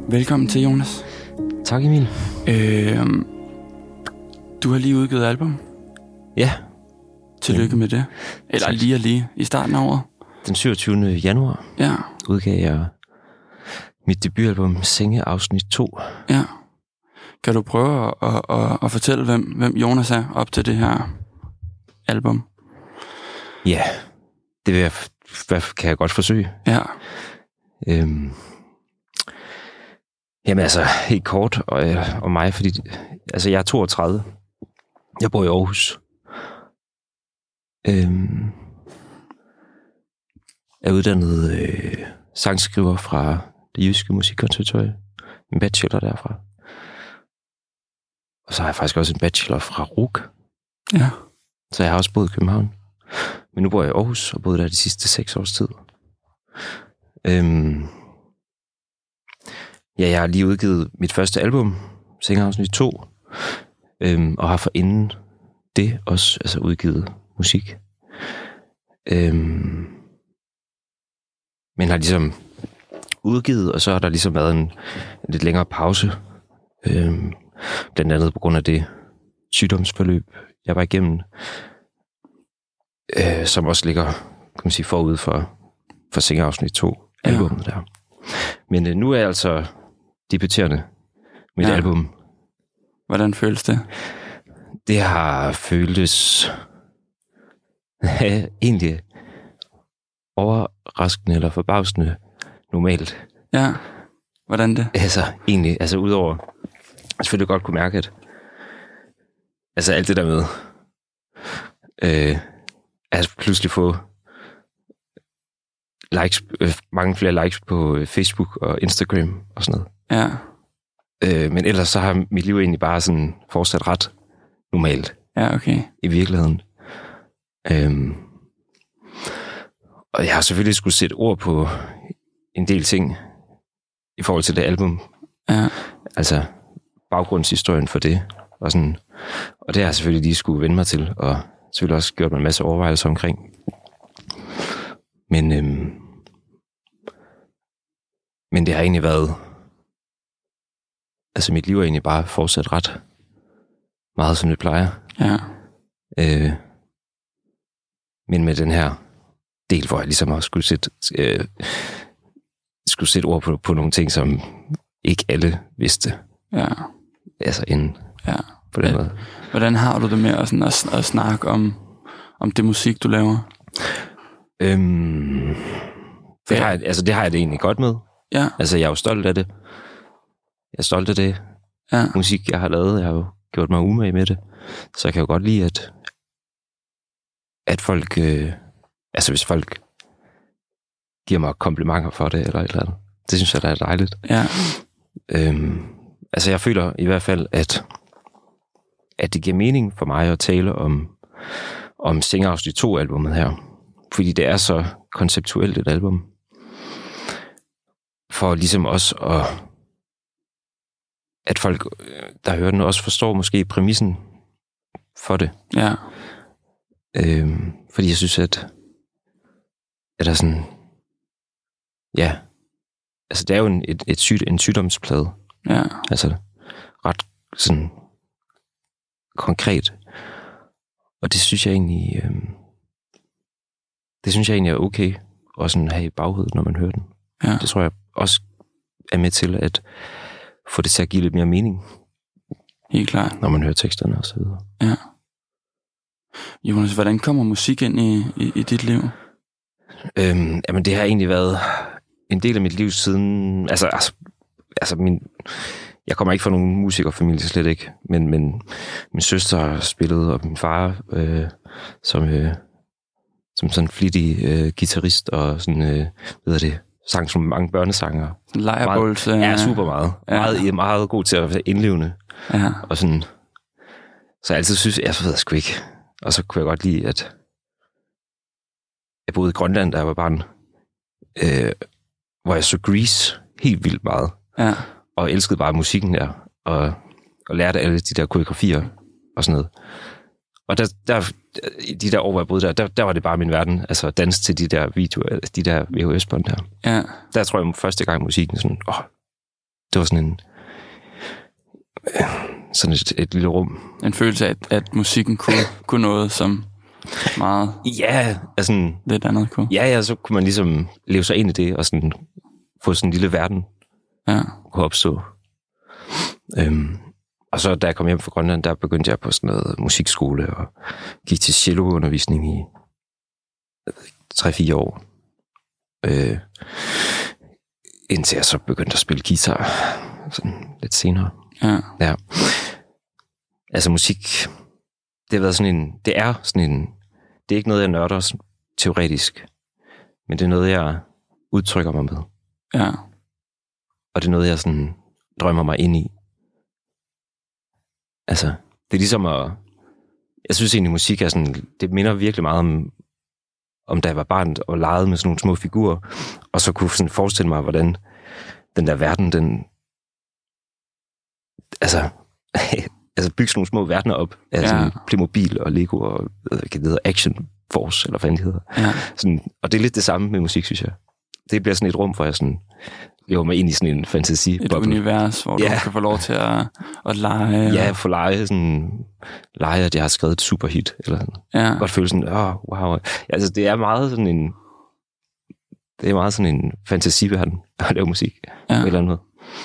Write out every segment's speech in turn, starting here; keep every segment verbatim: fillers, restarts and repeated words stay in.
Velkommen til, Jonas. Tak, Emil. Øh, du har lige udgivet album. Ja. Tillykke ja. med det. Eller tak. lige og lige i starten af året. Den syvogtyvende januar ja. udgav jeg mit debutalbum Senge afsnit to. Ja. Kan du prøve at, at, at, at fortælle, hvem, hvem Jonas er op til det her album? Ja, det vil jeg, kan jeg godt forsøge. Ja. Øhm, jamen altså, helt kort og, og mig, fordi altså, jeg er toogtredive. Jeg bor i Aarhus. Øhm, jeg er uddannet øh, sangskriver fra Det Jyske Musikkonservatorium. En bachelor derfra. Og så har jeg faktisk også en bachelor fra R U C. Ja. Så jeg har også boet i København. Men nu bor jeg i Aarhus og boet der de sidste seks års tid. Øhm, ja, jeg har lige udgivet mit første album, Senge afsnit to. Øhm, og har forinden det også altså udgivet musik. Øhm, men har ligesom udgivet, og så har der ligesom været en, en lidt længere pause. Øhm, blandt andet på grund af det sygdomsforløb, jeg var igennem, øh, som også ligger, kan man sige, forud for, for Senge afsnit to albumet ja. der. Men øh, nu er jeg altså debuterende mit ja. album. Hvordan føles det? Det har føltes egentlig overraskende eller forbavsende normalt. Ja, hvordan det? Altså egentlig, altså udover jeg selvfølgelig godt kunne mærke, at altså alt det der med øh, altså pludselig få likes, øh, mange flere likes på øh, Facebook og Instagram og sådan noget. Ja. Øh, men ellers så har mit liv egentlig bare sådan fortsat ret normalt. Ja, okay. I virkeligheden. Øhm, og jeg har selvfølgelig skulle sætte ord på en del ting i forhold til det album. Ja. Altså baggrundshistorien for det. Og, sådan, og det har jeg selvfølgelig lige skulle vende mig til, og selvfølgelig også gjort mig en masse overvejelser omkring. Men, øhm, men det har egentlig været, altså mit liv er egentlig bare fortsat ret meget, som det plejer. Ja. Øh, men med den her del, hvor jeg ligesom også skulle sætte, øh, skulle sætte ord på, på nogle ting, som ikke alle vidste. Ja. Altså inden ja. på den måde. Hvordan har du det med at, sådan, at, at snakke om, om det musik, du laver? Øhm, det, har jeg, altså, det har jeg det egentlig godt med. Ja. Altså, jeg er jo stolt af det. Jeg er stolt af det ja. musik, jeg har lavet. Jeg har jo gjort mig umage med det. Så jeg kan jo godt lide, at, at folk... Øh, altså, hvis folk giver mig komplimenter for det, eller et eller andet. Det synes jeg, der er dejligt. Ja. Øhm, altså, jeg føler i hvert fald, at, at det giver mening for mig at tale om, om Senge afsnit to albumet her. Fordi det er så konceptuelt et album. For ligesom også at... at folk, der hører den, også forstår måske præmissen for det. Ja. Øhm, fordi jeg synes, at, at der er sådan... Ja. Altså, det er jo en, et, et syg, en sygdomsplade. Ja. Altså, ret sådan konkret. Og det synes jeg egentlig... Øhm, det synes jeg egentlig er okay at sådan have i baghovedet, når man hører den. Ja. Det tror jeg også er med til at få det til at give lidt mere mening. Helt klart. Når man hører teksterne og så videre. Ja. Jonas, hvordan kommer musik ind i, i, i dit liv? Øhm, jamen, det har egentlig været en del af mit liv siden... Altså, altså, altså min... Jeg kommer ikke fra nogen musikerfamilie, slet ikke. Men, men min søster har spillet, og min far øh, som, øh, som sådan en flittig øh, guitarist, og sådan, øh, ved det, sang som mange børnesanger. Lejrebåls. Ja, super meget. Ja. Meget, meget god til at være indlevende. Ja. Og sådan... Så jeg altid synes, jeg ved jeg sgu ikke. Og så kunne jeg godt lide, at jeg boede i Grønland, da jeg var barn, øh, hvor jeg så Grease helt vildt meget. Ja. Og elskede bare musikken der, og, og lærte alle de der koreografier og sådan noget. Og der, der, i de der år, hvor jeg boede der, der, der var det bare min verden. Altså danse til de der videoer, de der V H S-bånd der. Ja. Der tror jeg første gang musikken sådan, åh, det var sådan en... Øh, sådan et, et lille rum. En følelse af, at, at musikken kunne, kunne noget, som meget... Ja, altså... Lidt andet kunne. Ja, ja, så kunne man ligesom leve sig ind i det, og sådan få sådan en lille verden, ja. kunne opstå. Øhm, og så da jeg kom hjem fra Grønland, der begyndte jeg på sådan noget musikskole, og gik til celloundervisning i tre fire år. Øh, indtil jeg så begyndte at spille guitar, sådan lidt senere. Ja. Ja. Altså musik, det har været sådan en, det er sådan en, det er ikke noget, jeg nørder teoretisk, men det er noget, jeg udtrykker mig med. Ja. Og det er noget, jeg sådan drømmer mig ind i. Altså, det er ligesom at, jeg synes egentlig, musik er sådan, det minder virkelig meget om, om da jeg var barn og legede med sådan nogle små figurer, og så kunne sådan forestille mig, hvordan den der verden, den, altså, altså bygge sådan nogle små verdener op af ja. Sådan Playmobil og Lego og hvad det hedder, Action Force, eller hvad det hedder. Ja. Sådan, og det er lidt det samme med musik, synes jeg. Det bliver sådan et rum, hvor jeg sådan lever mig ind i sådan en fantasi. Et univers, hvor ja. Du kan få lov til at, at lege. Ja, få lege sådan, lege, at jeg har skrevet et superhit, eller sådan. Ja. Godt føle sådan, åh, oh, wow. Altså, det er meget sådan en, det er meget sådan en fantasiverden at lave musik. Ja. Eller andet.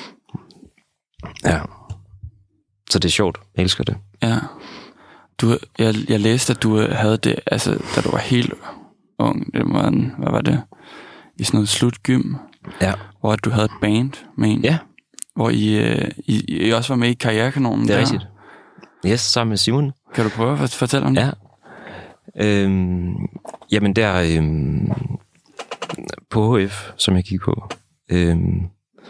Ja. Så det er sjovt. Jeg elsker det. Ja. Du, jeg, jeg læste, at du havde det, altså, da du var helt ung, det var en, hvad var det? I sådan noget slutgym, ja. Hvor du havde et band med en, ja. Hvor I, I, I også var med i Karrierekanonen. Det er der. rigtigt. Yes, sammen med Simon. Kan du prøve at fortælle om det? Ja. Øhm, jamen der øhm, på H F, som jeg gik på, øhm,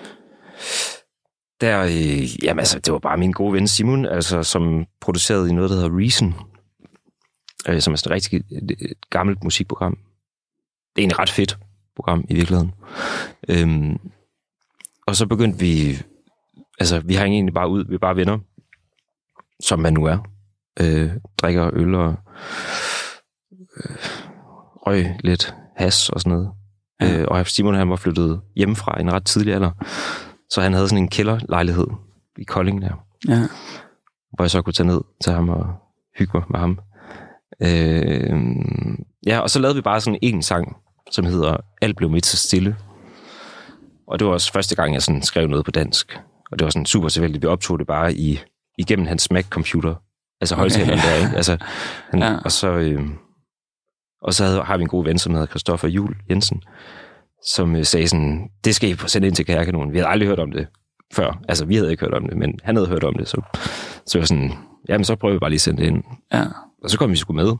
der, øh, jamen altså, det var bare min gode ven Simon, altså, som producerede i noget, der hedder Reason, øh, som er sådan et rigtig et, et gammelt musikprogram. Det er egentlig ret fedt program i virkeligheden. Øhm, og så begyndte vi, altså vi hænger egentlig bare ud, vi er bare venner, som man nu er. Øh, drikker øl og øh, røg lidt has og sådan noget. Ja. Øh, og Simon, han var flyttet hjemmefra i en ret tidlig alder, så han havde sådan en kælderlejlighed i Kolding der, ja. Hvor jeg så kunne tage ned til ham og hygge mig med ham. Øh, ja, og så lavede vi bare sådan en sang, som hedder Alt blev mit så stille. Og det var også første gang, jeg sådan skrev noget på dansk. Og det var sådan super tilfældigt. Vi optog det bare i, igennem hans Mac-computer. Altså højtaleren okay. der, ikke? Altså, han, ja. Og så, øh, og så havde, har vi en god ven, som hedder Christoffer Juhl Jensen, som øh, sagde sådan, det skal I sende ind til Karrierekanonen. Vi havde aldrig hørt om det før. Altså, vi havde ikke hørt om det, men han havde hørt om det. Så, så jeg var sådan, jamen så prøver vi bare lige at sende det ind. Ja. Og så kom vi sgu med.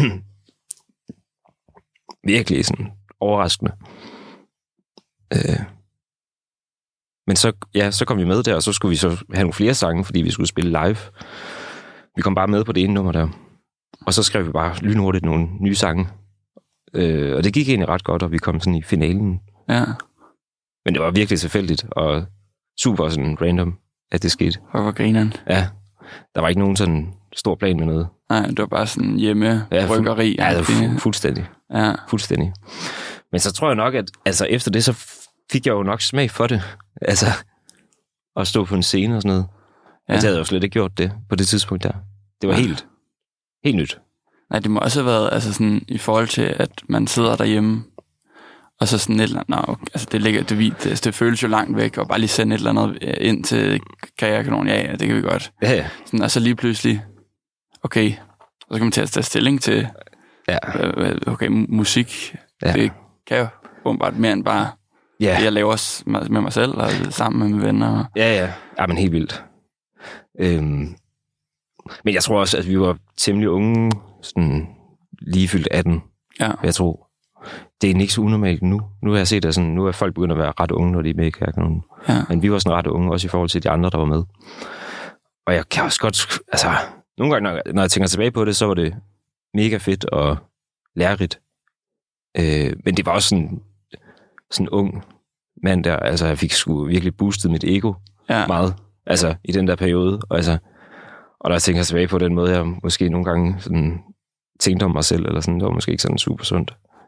Virkelig sådan overraskende. Øh. Men så, ja, så kom vi med der, og så skulle vi så have nogle flere sange, fordi vi skulle spille live. Vi kom bare med på det ene nummer der. Og så skrev vi bare lynhurtigt nogle nye sange. Øh, og det gik egentlig ret godt, og vi kom sådan i finalen. Ja. Men det var virkelig tilfældigt, og super sådan random, at det skete. Hvor var grineren? Ja. Der var ikke nogen sådan stor plan med noget. Nej, det var bare sådan hjemme ja, bryggeri. Ja, det var fu- fuldstændig. Ja. Fuldstændig. Men så tror jeg nok, at altså, efter det, så fik jeg jo nok smag for det. Altså, at stå på en scene og sådan noget. Ja. Altså, jeg havde jo slet ikke gjort det på det tidspunkt der. Det var ja. helt, helt nyt. Nej, det må også have været altså sådan, i forhold til, at man sidder derhjemme, og så sådan et eller andet, no, altså det ligger, det, det, det føles jo langt væk, og bare lige sende et eller andet ind til Karrierekanonen, ja, ja, det kan vi godt. Ja, ja. Sådan, og så lige pludselig, okay, så kan man til at tage stilling til, ja. okay, musik, ja. Det kan jo åbenbart mere end bare ja. det, jeg laver med mig selv, og sammen med mine venner. Ja, ja, ja, men helt vildt. Øhm, men jeg tror også, at vi var temmelig unge, sådan lige fyldt atten, ja. Jeg tror. Det er ikke så unormalt nu. Nu har jeg set, at sådan, nu er folk begyndt at være ret unge, når de er med i Karrierekanonen. Ja. Men vi var sådan ret unge, også i forhold til de andre, der var med. Og jeg kan også godt, altså, nogle gange, når, når jeg tænker tilbage på det, så var det mega fedt og lærerigt. Øh, men det var også sådan, sådan en ung mand der, altså jeg fik sgu virkelig boostet mit ego ja. meget, altså i den der periode. Og, altså, og når jeg tænker tilbage på den måde, jeg måske nogle gange sådan tænkte om mig selv, eller sådan, det var måske ikke sådan super sundt.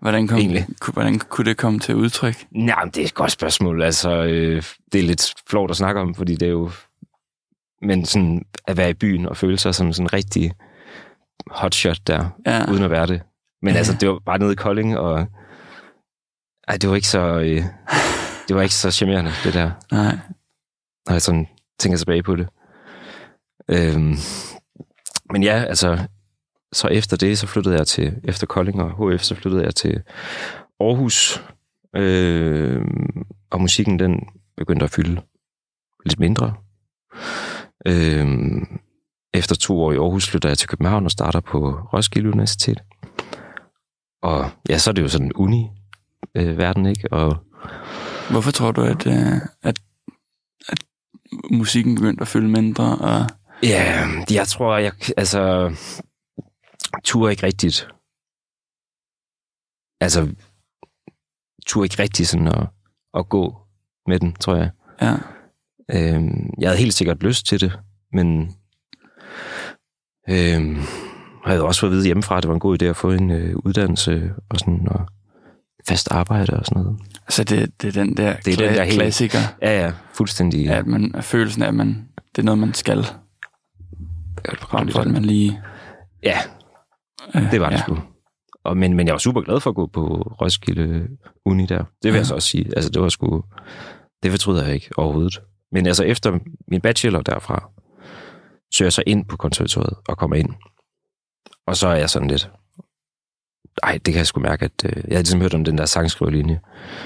Hvordan, kom, kunne, hvordan kunne det komme til udtryk? Nej, det er et godt spørgsmål. Altså, øh, det er lidt flot at snakke om, fordi det er jo... Men sådan at være i byen og føle sig som sådan en rigtig hotshot der, ja. Uden at være det. Men ja. Altså, det var bare nede i Kolding, og... Ej, det var ikke så... Øh, det var ikke så charmerende, det der. Nej. Når jeg sådan tænker tilbage på det. Øhm, men ja, altså... Så efter det, så flyttede jeg til... Efter Kolding og H F, så flyttede jeg til Aarhus. Øh, og musikken, den begyndte at fylde lidt mindre. Øh, efter to år i Aarhus flytter jeg til København og starter på Roskilde Universitet. Og ja, så er det jo sådan en uni-verden, øh, ikke? Og hvorfor tror du, at, øh, at, at musikken begyndte at fylde mindre? Og... Ja, jeg tror, jeg... Altså... Turde ikke rigtigt. Altså... Turde ikke rigtigt sådan at, at gå med den, tror jeg. Ja. Øhm, jeg havde helt sikkert lyst til det, men øhm, jeg havde også fået at vide hjemmefra, at det var en god idé at få en øh, uddannelse og sådan og fast arbejde og sådan noget. Altså det, det er den der, det er kla- den der klassiker. Helt, ja, ja, fuldstændig. At man følelsen af, at man, det er noget, man skal. Frem for, at man lige... Ja, det var det ja. Sgu. Og, men, men jeg var super glad for at gå på Roskilde Uni der. Det vil ja. Jeg så også sige. Altså det var sgu... Det fortryder jeg ikke overhovedet. Men altså efter min bachelor derfra, søger jeg så ind på konservatoriet og kommer ind. Og så er jeg sådan lidt... Ej, det kan jeg sgu mærke, at... Øh, jeg har ligesom hørt om den der sangskriverlinje.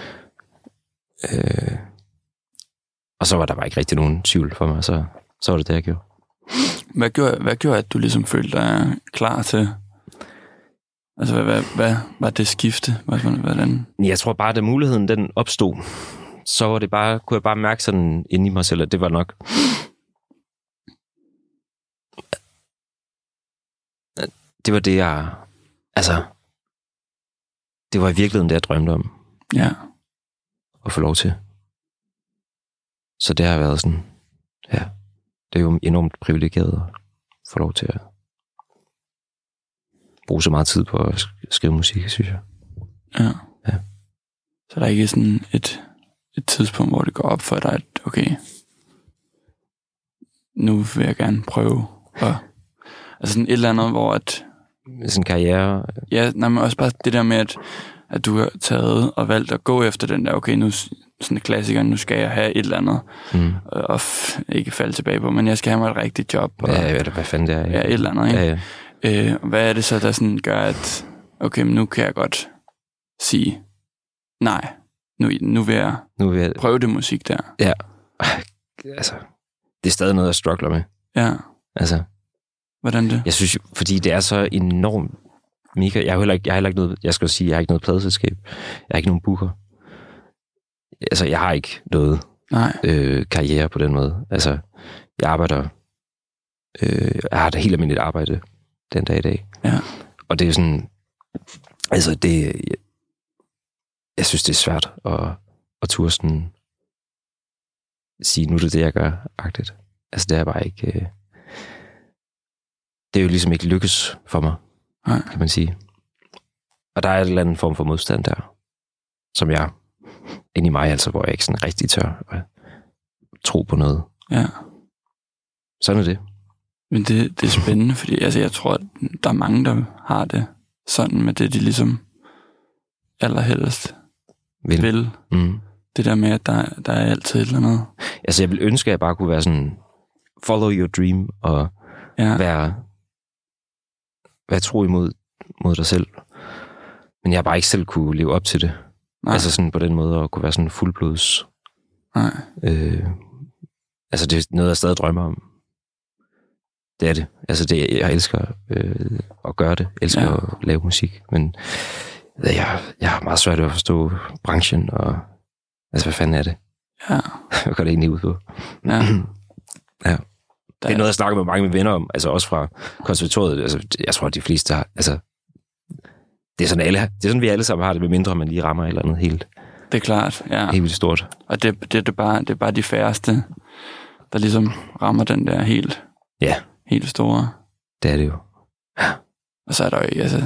Øh, og så var der bare ikke rigtig nogen tvivl for mig. Så, så var det det, jeg gjorde. Hvad gjorde, hvad gjorde at du ligesom følte dig klar til... Altså, hvad, hvad, hvad var det skifte? Hvordan? Jeg tror bare, at muligheden den opstod, så var det bare, kunne jeg bare mærke sådan inde i mig selv, at det var nok. Det var det, jeg... Altså, det var i virkeligheden det, jeg drømte om. Ja. At få lov til. Så det har været sådan... Ja, det er jo enormt privilegeret at få lov til at bruge så meget tid på at skrive musik, synes jeg. Ja. Ja. Så der er ikke sådan et, et tidspunkt, hvor det går op for dig, at okay, nu vil jeg gerne prøve. Og, altså sådan et eller andet, hvor at... Sådan en karriere... Ja, nej, men også bare det der med, at, at du har taget og valgt at gå efter den der, okay, nu sådan en klassiker, nu skal jeg have et eller andet, mm. og f- ikke falde tilbage på, men jeg skal have mig et rigtigt job. Og, ja, jeg ved det, hvad fanden det er. Ja, et eller andet, ikke? Ja, ja. Øh, hvad er det så, der sådan gør, at okay, men nu kan jeg godt sige, nej, nu, nu, vil, jeg nu vil jeg prøve det musik der. Ja, altså, det er stadig noget, jeg struggler med. Ja. Altså, hvordan det? Jeg synes, fordi det er så enormt mega, jeg har heller ikke, jeg har heller ikke noget, jeg skal sige, jeg har ikke noget pladeselskab, jeg har ikke nogen booker. Altså, jeg har ikke noget øh, karriere på den måde. Altså, jeg arbejder, øh, jeg har et helt almindeligt arbejde den dag i dag. Ja. Og det er sådan, altså det, jeg, jeg synes, det er svært at, at turde sådan sige, nu er det det, jeg gør, agtigt. Altså det er bare ikke, øh, det er jo ligesom ikke lykkes for mig, Nej. Kan man sige. Og der er en eller anden form for modstand der, som jeg, inde i mig altså, hvor jeg ikke sådan rigtig tør at tro på noget. Ja. Sådan er det. Men det, det er spændende, fordi altså, jeg tror, at der er mange, der har det sådan med det, de ligesom allerhelst vil. vil. Mm. Det der med, at der, der er altid et eller andet. Altså, jeg vil ønske, at jeg bare kunne være sådan, follow your dream, og ja. være, være tro imod mod dig selv. Men jeg har bare ikke selv kunne leve op til det. Nej. Altså sådan på den måde, at kunne være sådan fuldblods. Nej. Øh, altså, det er noget, jeg stadig drømmer om. Det er det. Altså, det, jeg elsker øh, at gøre det. Jeg elsker ja. at lave musik. Men jeg, jeg har meget svært ved at forstå branchen, og altså, hvad fanden er det? Ja. Hvad går det egentlig ud på? Ja. Ja. Det er noget, jeg snakker med mange af mine venner om, altså også fra konservatoriet. Altså, jeg tror, at de fleste har, altså, det er sådan, alle, det er sådan, vi alle sammen har det, med mindre man lige rammer et eller andet helt. Det er klart, ja. Helt vildt stort. Og det, det, det, er bare, det er bare de færreste, der ligesom rammer den der helt, ja. helt store. Det er det jo. Ja. Og så er der jo ikke, altså,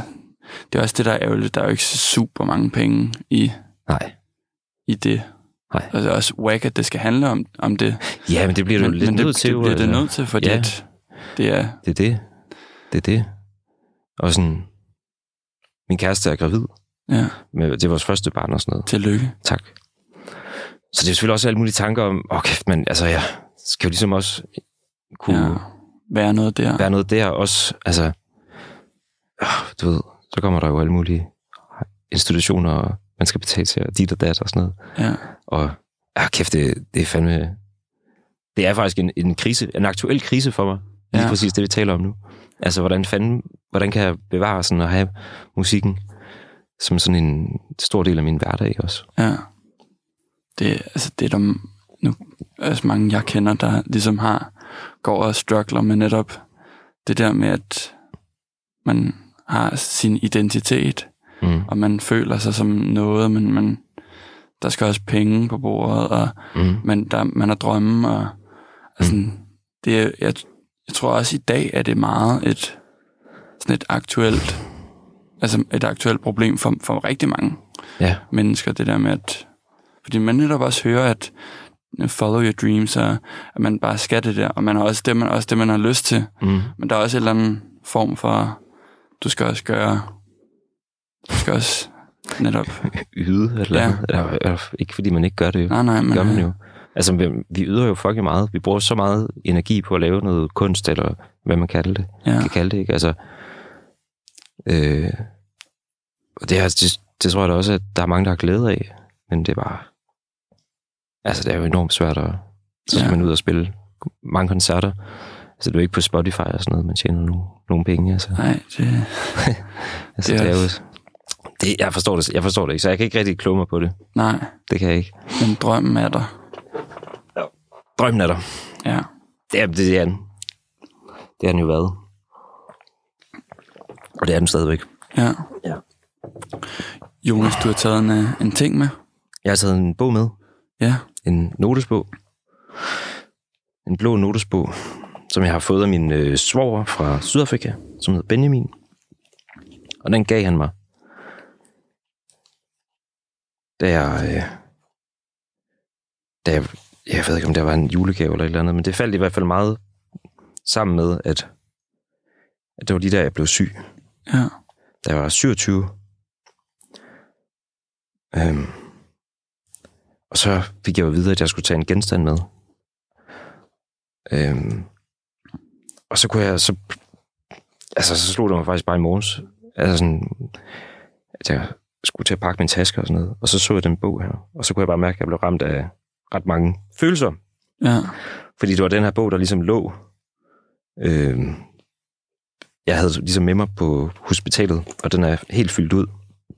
det er også det, der er ærgerligt. Der er jo ikke super mange penge i, Nej. i det. Nej. Og det er også whack, at det skal handle om, om det. Ja, men det bliver du men, lidt men det, nødt til. det bliver altså. det nødt til, fordi ja. at det er... Det er det. Det er det. Og sådan... Min kæreste er gravid. Ja. Med, det er vores første barn og sådan noget. Tillykke. Tak. Så det er selvfølgelig også alle mulige tanker om, åh oh, kæft, men altså, jeg skal jo ligesom også kunne ja. være noget der. Være noget der også, altså, øh, du ved, så kommer der jo alle mulige institutioner, man skal betale til, og dit og dat og sådan noget. Ja. Og ja, kæft, det, det er fandme, det er faktisk en, en krise, en aktuel krise for mig. Lige ja. præcis det, vi taler om nu. Altså, hvordan fanden, hvordan kan jeg bevare sådan at have musikken som sådan en stor del af min hverdag også? Ja. Det, altså, det er der nu altså mange, jeg kender, der ligesom har, går og struggler med netop det der med, at man har sin identitet, mm. og man føler sig som noget, men man, der skal også penge på bordet, og mm. man, der, man har drømme, og altså, mm. det er, jeg, jeg tror også i dag, at det er meget et sådan et aktuelt altså et aktuelt problem for, for rigtig mange ja. mennesker, det der med, at fordi man netop også hører, at follow your dreams, og at man bare skal det der, og man har også det, man, også det, man har lyst til. Mm. Men der er også en eller anden form for, du skal også gøre, du skal også netop yde, eller, ja. eller, eller ikke fordi man ikke gør det jo. Nej, nej, men gør man jo. Altså, vi, vi yder jo fucking meget. Vi bruger så meget energi på at lave noget kunst, eller hvad man kalder det. Ja. Kan kalde det, ikke? Altså, øh, og det, er, det, det tror jeg da også, at der er mange, der har glæde af. Men det er bare... Altså, det er jo enormt svært at... Så skal ja. man ud og spille mange koncerter. Altså, det er jo ikke på Spotify og sådan noget, man tjener nogle, nogle penge, altså. Nej, det... altså, det er, det er jo... Det, jeg, forstår det, jeg forstår det ikke, så jeg kan ikke rigtig kloge mig på det. Nej. Det kan jeg ikke. Men drømmen er der. Ja. Drømmen er der. Ja. Det er, det er den. Det er den jo været. Og det er den stadigvæk. Ja. Ja. Jonas, du har taget en, en ting med. Jeg har taget en bog med. Ja. En notesbog. En blå notesbog, som jeg har fået af min øh, svoger fra Sydafrika, som hedder Benjamin. Og den gav han mig. Da jeg... Øh, da jeg... Jeg ved ikke, om det var en julegave eller et eller andet, men det faldt i hvert fald meget sammen med, at, at det var lige der, jeg blev syg. Ja. Da jeg var syvogtyve. Øhm, og så fik jeg jo videre, at jeg skulle tage en genstand med. Øhm, og så kunne jeg så... Altså, så slog det mig faktisk bare i morges. Altså sådan... At jeg skulle til at pakke min taske og sådan noget. Og så så jeg den bog her. Og så kunne jeg bare mærke, at jeg blev ramt af ret mange følelser. Ja. Fordi det var den her bog, der ligesom lå... Øhm, jeg havde ligesom med mig på hospitalet, og den er helt fyldt ud.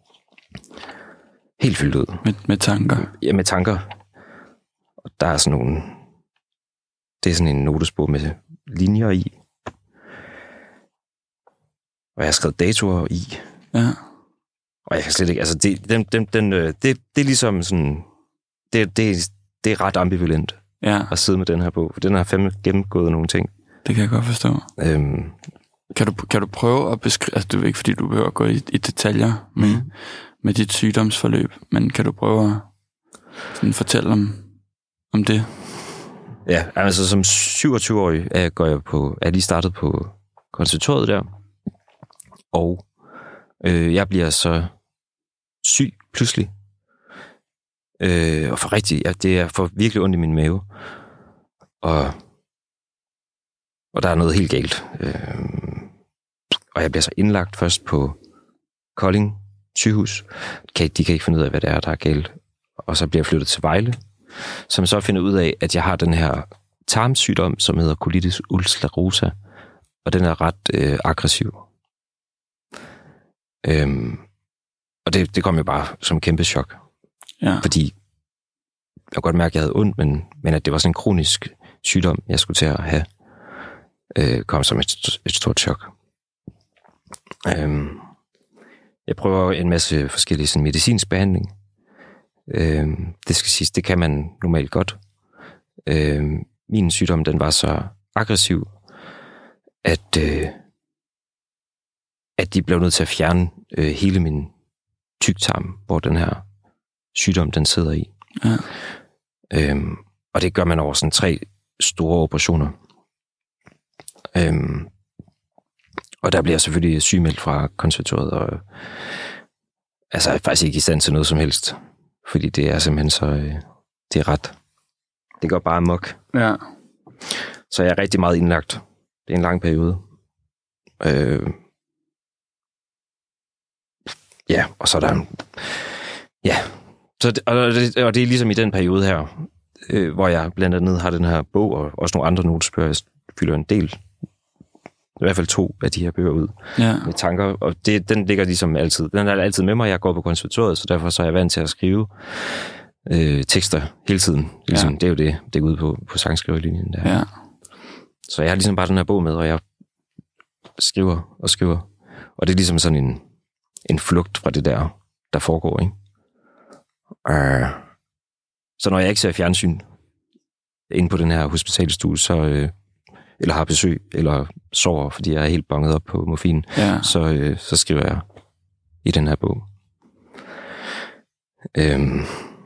Helt fyldt ud. Med, med tanker? Ja, med tanker. Og der er sådan nogle... Det er sådan en notesbog med linjer i. Og jeg har skrevet datoer i. Ja. Og jeg kan slet ikke... Altså, det, den, den, den, det, det er ligesom sådan... Det, det, det er ret ambivalent ja. at sidde med den her bog. For den har fandme gennemgået nogle ting. Det kan jeg godt forstå. Øhm, kan, du, kan du prøve at beskrive... Altså, det er ikke, fordi du behøver at gå i, i detaljer med, mm. med dit sygdomsforløb, men kan du prøve at sådan, fortælle om, om det? Ja, altså som syvogtyve-årig er, går jeg på, er jeg lige startet på konservatoriet der, og øh, jeg bliver så syg pludselig. Øh, og for rigtig, ja, det er for virkelig ondt i min mave. Og, og der er noget helt galt. Øh, og jeg bliver så indlagt først på Kolding sygehus. De kan ikke finde ud af, hvad det er, der er galt. Og så bliver jeg flyttet til Vejle, som så finder ud af, at jeg har den her tarmsygdom, som hedder colitis ulcerosa, og den er ret øh, aggressiv. Øhm, og det, det kom jo bare som et kæmpe chok. Ja. Fordi jeg kunne godt mærke, at jeg havde ondt, men, men at det var sådan en kronisk sygdom, jeg skulle til at have, øh, kom som et, et stort chok. Øhm, jeg prøver en masse forskellige sådan, medicinsk behandling. Øhm, det skal siges, det kan man normalt godt. Øhm, min sygdom, den var så aggressiv, at, øh, at de blev nødt til at fjerne øh, hele min tyktarm, hvor den her sygdom, den sidder i. Ja. Øhm, og det gør man over sådan tre store operationer. Øhm, og der bliver jeg selvfølgelig sygemeldt fra konservatoriet, og altså jeg er faktisk ikke i stand til noget som helst, fordi det er simpelthen så, øh, det er ret, det går bare amok. Ja. Så jeg er rigtig meget indlagt. Det er en lang periode. Øh, ja, og så er der, ja, så det, og, det, og det er ligesom i den periode her, øh, hvor jeg blandt andet har den her bog, og også nogle andre notesbøger, jeg fylder en del, i hvert fald to af de her bøger ud, Ja. med tanker, og det, den ligger ligesom altid, den er altid med mig, jeg går på konservatoriet, så derfor så er jeg vant til at skrive øh, tekster hele tiden, ligesom, Ja. det er jo det, det er ude på, på sangskriverlinjen der. Ja. Så jeg har ligesom bare den her bog med, og jeg skriver og skriver, og det er ligesom sådan en, en flugt fra det der, der foregår, ikke? Uh, så når jeg ikke ser fjernsyn inde på den her hospitalstue, så, øh, eller har besøg, eller sover, fordi jeg er helt banget op på morfin, Ja. så, øh, så skriver jeg i den her bog. Øhm.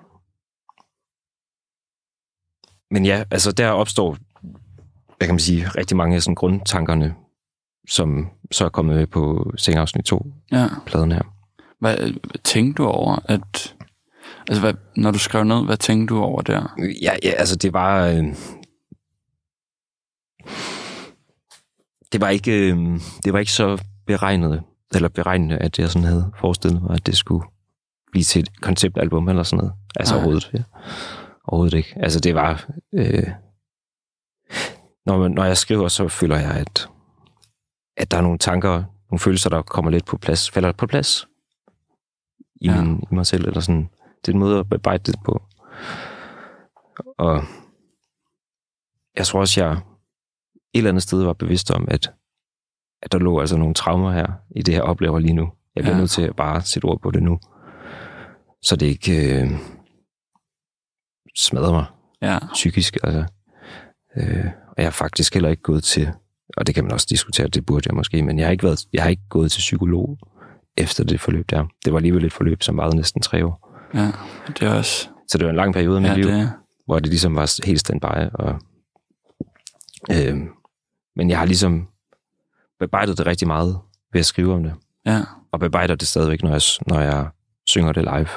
Men ja, altså der opstår, hvad kan man sige, rigtig mange af sådan grundtankerne, som så er kommet med på Sengafsnit to, Ja. pladen her. Hvad, hvad tænkte du over, at... Altså, hvad, når du skrev ned, hvad tænkte du over der? Ja, ja altså det var... Øh, det var ikke øh, det var ikke så beregnet, eller beregnende, at jeg sådan havde forestillet mig, at det skulle blive til et konceptalbum eller sådan noget. Altså Nej. overhovedet, ja. Overhovedet ikke. Altså det var... Øh, når, man, når jeg skriver, så føler jeg, at, at der er nogle tanker, nogle følelser, der kommer lidt på plads, falder på plads i, Ja. min, i mig selv, eller sådan. Det er en måde at bearbejde det på. Og jeg tror også, jeg et eller andet sted var bevidst om, at, at der lå altså nogle traumer her, i det her oplever lige nu. Jeg bliver Ja. nødt til at bare sætte ord på det nu. Så det ikke øh, smadrer mig Ja. psykisk. Altså. Øh, og jeg har faktisk heller ikke gået til, og det kan man også diskutere, det burde jeg måske, men jeg har ikke, været, jeg har ikke gået til psykolog efter det forløb der. Det var alligevel et forløb, som varede næsten tre år. Ja, det er også... Så det var en lang periode af mit Ja, liv, det... hvor det ligesom var helt standby. Og, øh, men jeg har ligesom bearbejdet det rigtig meget ved at skrive om det. Ja. Og bearbejder det stadigvæk, når jeg, når jeg synger det live.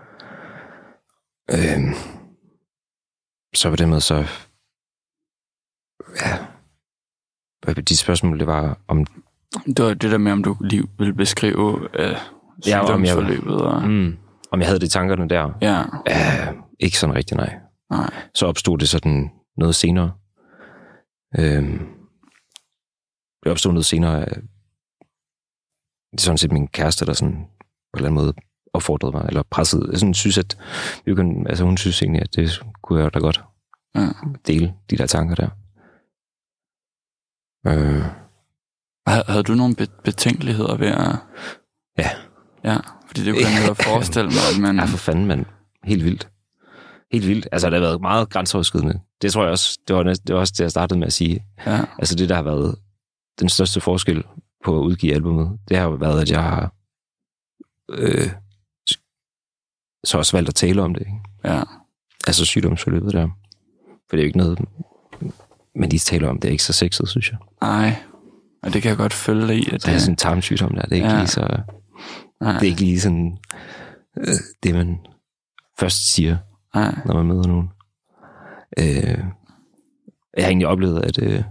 Øh, så på den måde så... Ja... De spørgsmål, det var om... Det var det der med, om du lige ville beskrive øh, Ja, om jeg- sygdomsforløbet. Og... Mm, om jeg havde det i tankerne der. Ja, Uh, ikke sådan rigtig, nej. nej. Så opstod det sådan noget senere. Uh, det opstod noget senere. Uh, det er sådan set min kæreste, der sådan på en eller anden måde opfordrede mig, eller pressede. Jeg sådan synes, at vi kunne, altså hun synes egentlig, at det kunne jeg da godt Ja. dele, de der tanker der. Uh, Havde, havde du nogle be- betænkeligheder ved at... ja. Ja, fordi det kunne jeg netop forestille mig, at man... Ja, for fanden, mand. Helt vildt. Helt vildt. Altså, det har været meget grænseoverskridende. Det tror jeg også, det var, næsten, det var også det, jeg startede med at sige. Ja, Altså, det, der har været den største forskel på at udgive albumet, det har jo været, at jeg har øh, så også valgt at tale om det, ikke? ja, Altså sygdomsforløbet der. For det er jo ikke noget, man lige taler om. Det er ikke så sexet, synes jeg. nej. Og det kan jeg godt følge dig i, at Det er sådan en tarmsygdom der. Det er ikke Ja. lige så... Nej, Det er ikke lige sådan øh, det, man først siger, nej. når man møder nogen. Øh, jeg har egentlig oplevet, at, øh,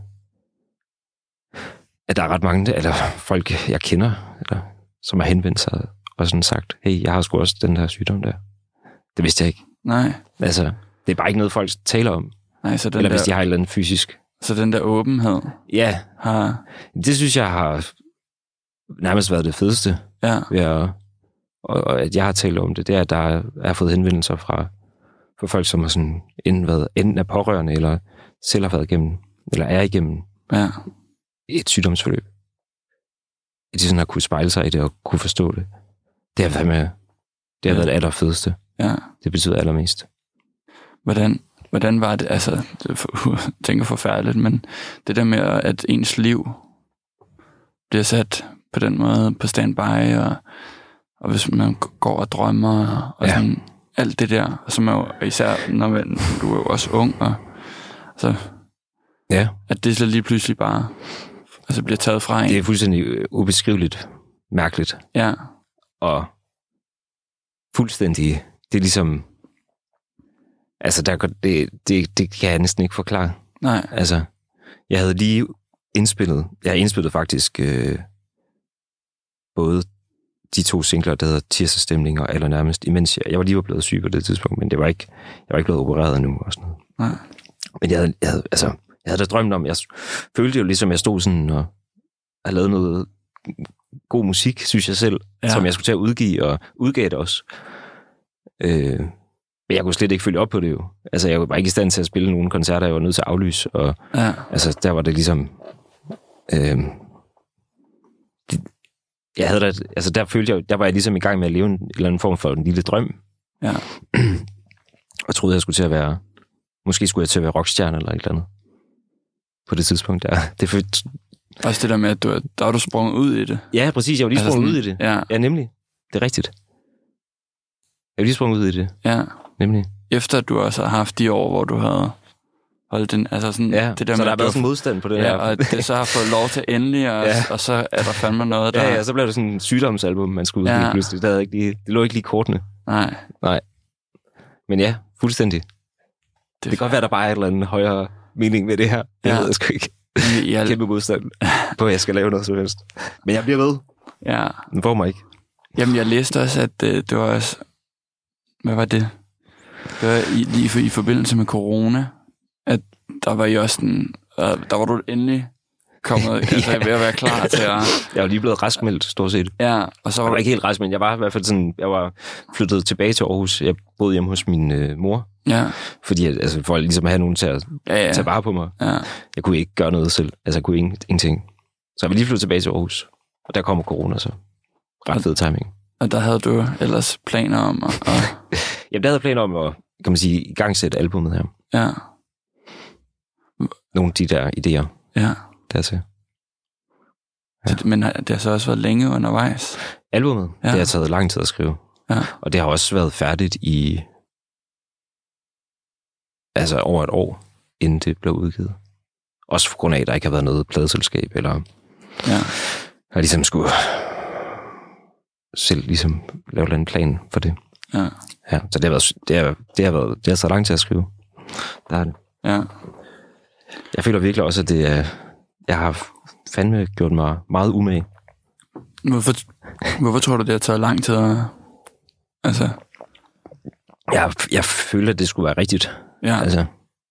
at der er ret mange, eller folk, jeg kender, eller, som har henvendt sig og sådan sagt, hey, jeg har sgu også den her sygdom der. Det vidste jeg ikke. Nej, Altså, det er bare ikke noget, folk taler om. nej, så den, Eller der, hvis de har et eller andet fysisk. så den der åbenhed Ja, har... det synes jeg har nærmest været det fedeste Ja, ved at, og, og at jeg har talt om det, det er, at der er fået henvendelser fra, fra folk, som har sådan enten, været, enten er pårørende, eller selv har været igennem, eller er igennem ja, et sygdomsforløb. At de sådan har kunne spejle sig i det og kunne forstå det. Det har været med, det har Ja. været det allerfedeste. ja. Det betyder allermest. Hvordan, hvordan var det, altså, det er for, jeg tænker forfærdeligt, men det der med, at ens liv bliver sat på den måde på standby, og, og hvis man går og drømmer, og ja. sådan alt det der, som er jo især, når man, du er jo også ung, og så, ja. at det så lige pludselig bare altså bliver taget fra en. Det er fuldstændig ubeskriveligt mærkeligt. Ja. Og fuldstændig, det er ligesom, altså der, det, det, det kan jeg næsten ikke forklare. Nej. Altså, jeg havde lige indspillet, jeg har indspillet faktisk øh, både de to singler, der hedder Tirsdagsstemning og Allernærmest, imens jeg, jeg var lige var blevet syg på det tidspunkt, men det var ikke, jeg var ikke blevet opereret endnu og sådan noget. Nej. Men jeg havde, jeg havde, altså, jeg havde da drømt om, jeg følte jo ligesom, jeg stod sådan og havde lavet noget god musik, synes jeg selv, ja. Som jeg skulle til at udgive, og udgav det også. Øh, men jeg kunne slet ikke følge op på det jo. Altså, jeg var ikke i stand til at spille nogle koncerter, jeg var nødt til at aflyse, og ja. Altså, der var det ligesom... Øh, jeg havde da, altså, der følte jeg, der var jeg ligesom i gang med at leve en, en eller anden form for en lille drøm. Ja. Og troede, jeg skulle til at være... Måske skulle jeg til at være rockstjerne eller et eller andet. På det tidspunkt, der. Det følte... Også det der med, at du, der var du sprunget ud i det. Ja, præcis. Jeg var lige altså sprunget sådan, ud i det. Ja. ja, nemlig. Det er rigtigt. Jeg var lige sprunget ud i det. Ja. Nemlig. Efter at du også har haft de år, hvor du havde holdt den, altså sådan... Ja, det der så med, der har været sådan en modstand på det ja, her. og det så har fået lov til endelig, og, ja. og så er der fandme noget, der... Ja, ja, så blev det sådan en sygdomsalbum, man skulle udgive ja. pludselig. Det, ikke lige, det lå ikke lige kortene. Nej. Nej. Men ja, fuldstændig. Det, det kan godt være, der bare er et eller andet højere mening med det her. Det ja. ved jeg sgu ikke. Jeg kæmpe modstand på, at jeg skal lave noget som helst. Men jeg bliver ved. Ja. Den får mig ikke. Jamen, jeg læste også, at øh, det var også... Hvad var det? Det var i, lige for, i forbindelse med corona, at der var I også den... Øh, der var du endelig kommet... ja. Altså, ved at være klar til at... Jeg var lige blevet raskmeldt, stort set. Ja, og så var jeg du... var ikke helt raskmeldt. Jeg var i hvert fald sådan... Jeg var flyttet tilbage til Aarhus. Jeg boede hjemme hos min øh, mor. Ja. Fordi altså, for ligesom at have nogen til at ja, ja. tage vare på mig. Ja. Jeg kunne ikke gøre noget selv. Altså, jeg kunne ingen, ingenting. Så jeg var lige flyttet tilbage til Aarhus. Og der kommer corona, så ret fed timing. Og der havde du ellers planer om at... Og... Jamen, der havde planer om at, kan man sige, i gang sætte albumet her. Ja. Nogle af de der idéer. Ja. Dertil. Ja. Men det har så også været længe undervejs. Albumet, ja. Det har taget lang tid at skrive. Ja. Og det har også været færdigt i... Altså over et år, inden det blev udgivet. Også på grund af, at der ikke har været noget pladeselskab, eller... Ja. Jeg ligesom skulle selv ligesom lave en plan for det. Ja. Ja, så det har været, det har, det har været, det har så lang tid at skrive. Der er det. Ja. Jeg føler virkelig også, at det er, jeg har fandme gjort mig meget umage. Hvorfor, hvorfor tror du, det har taget lang tid at... Altså... Jeg, jeg føler, at det skulle være rigtigt. Ja. Altså,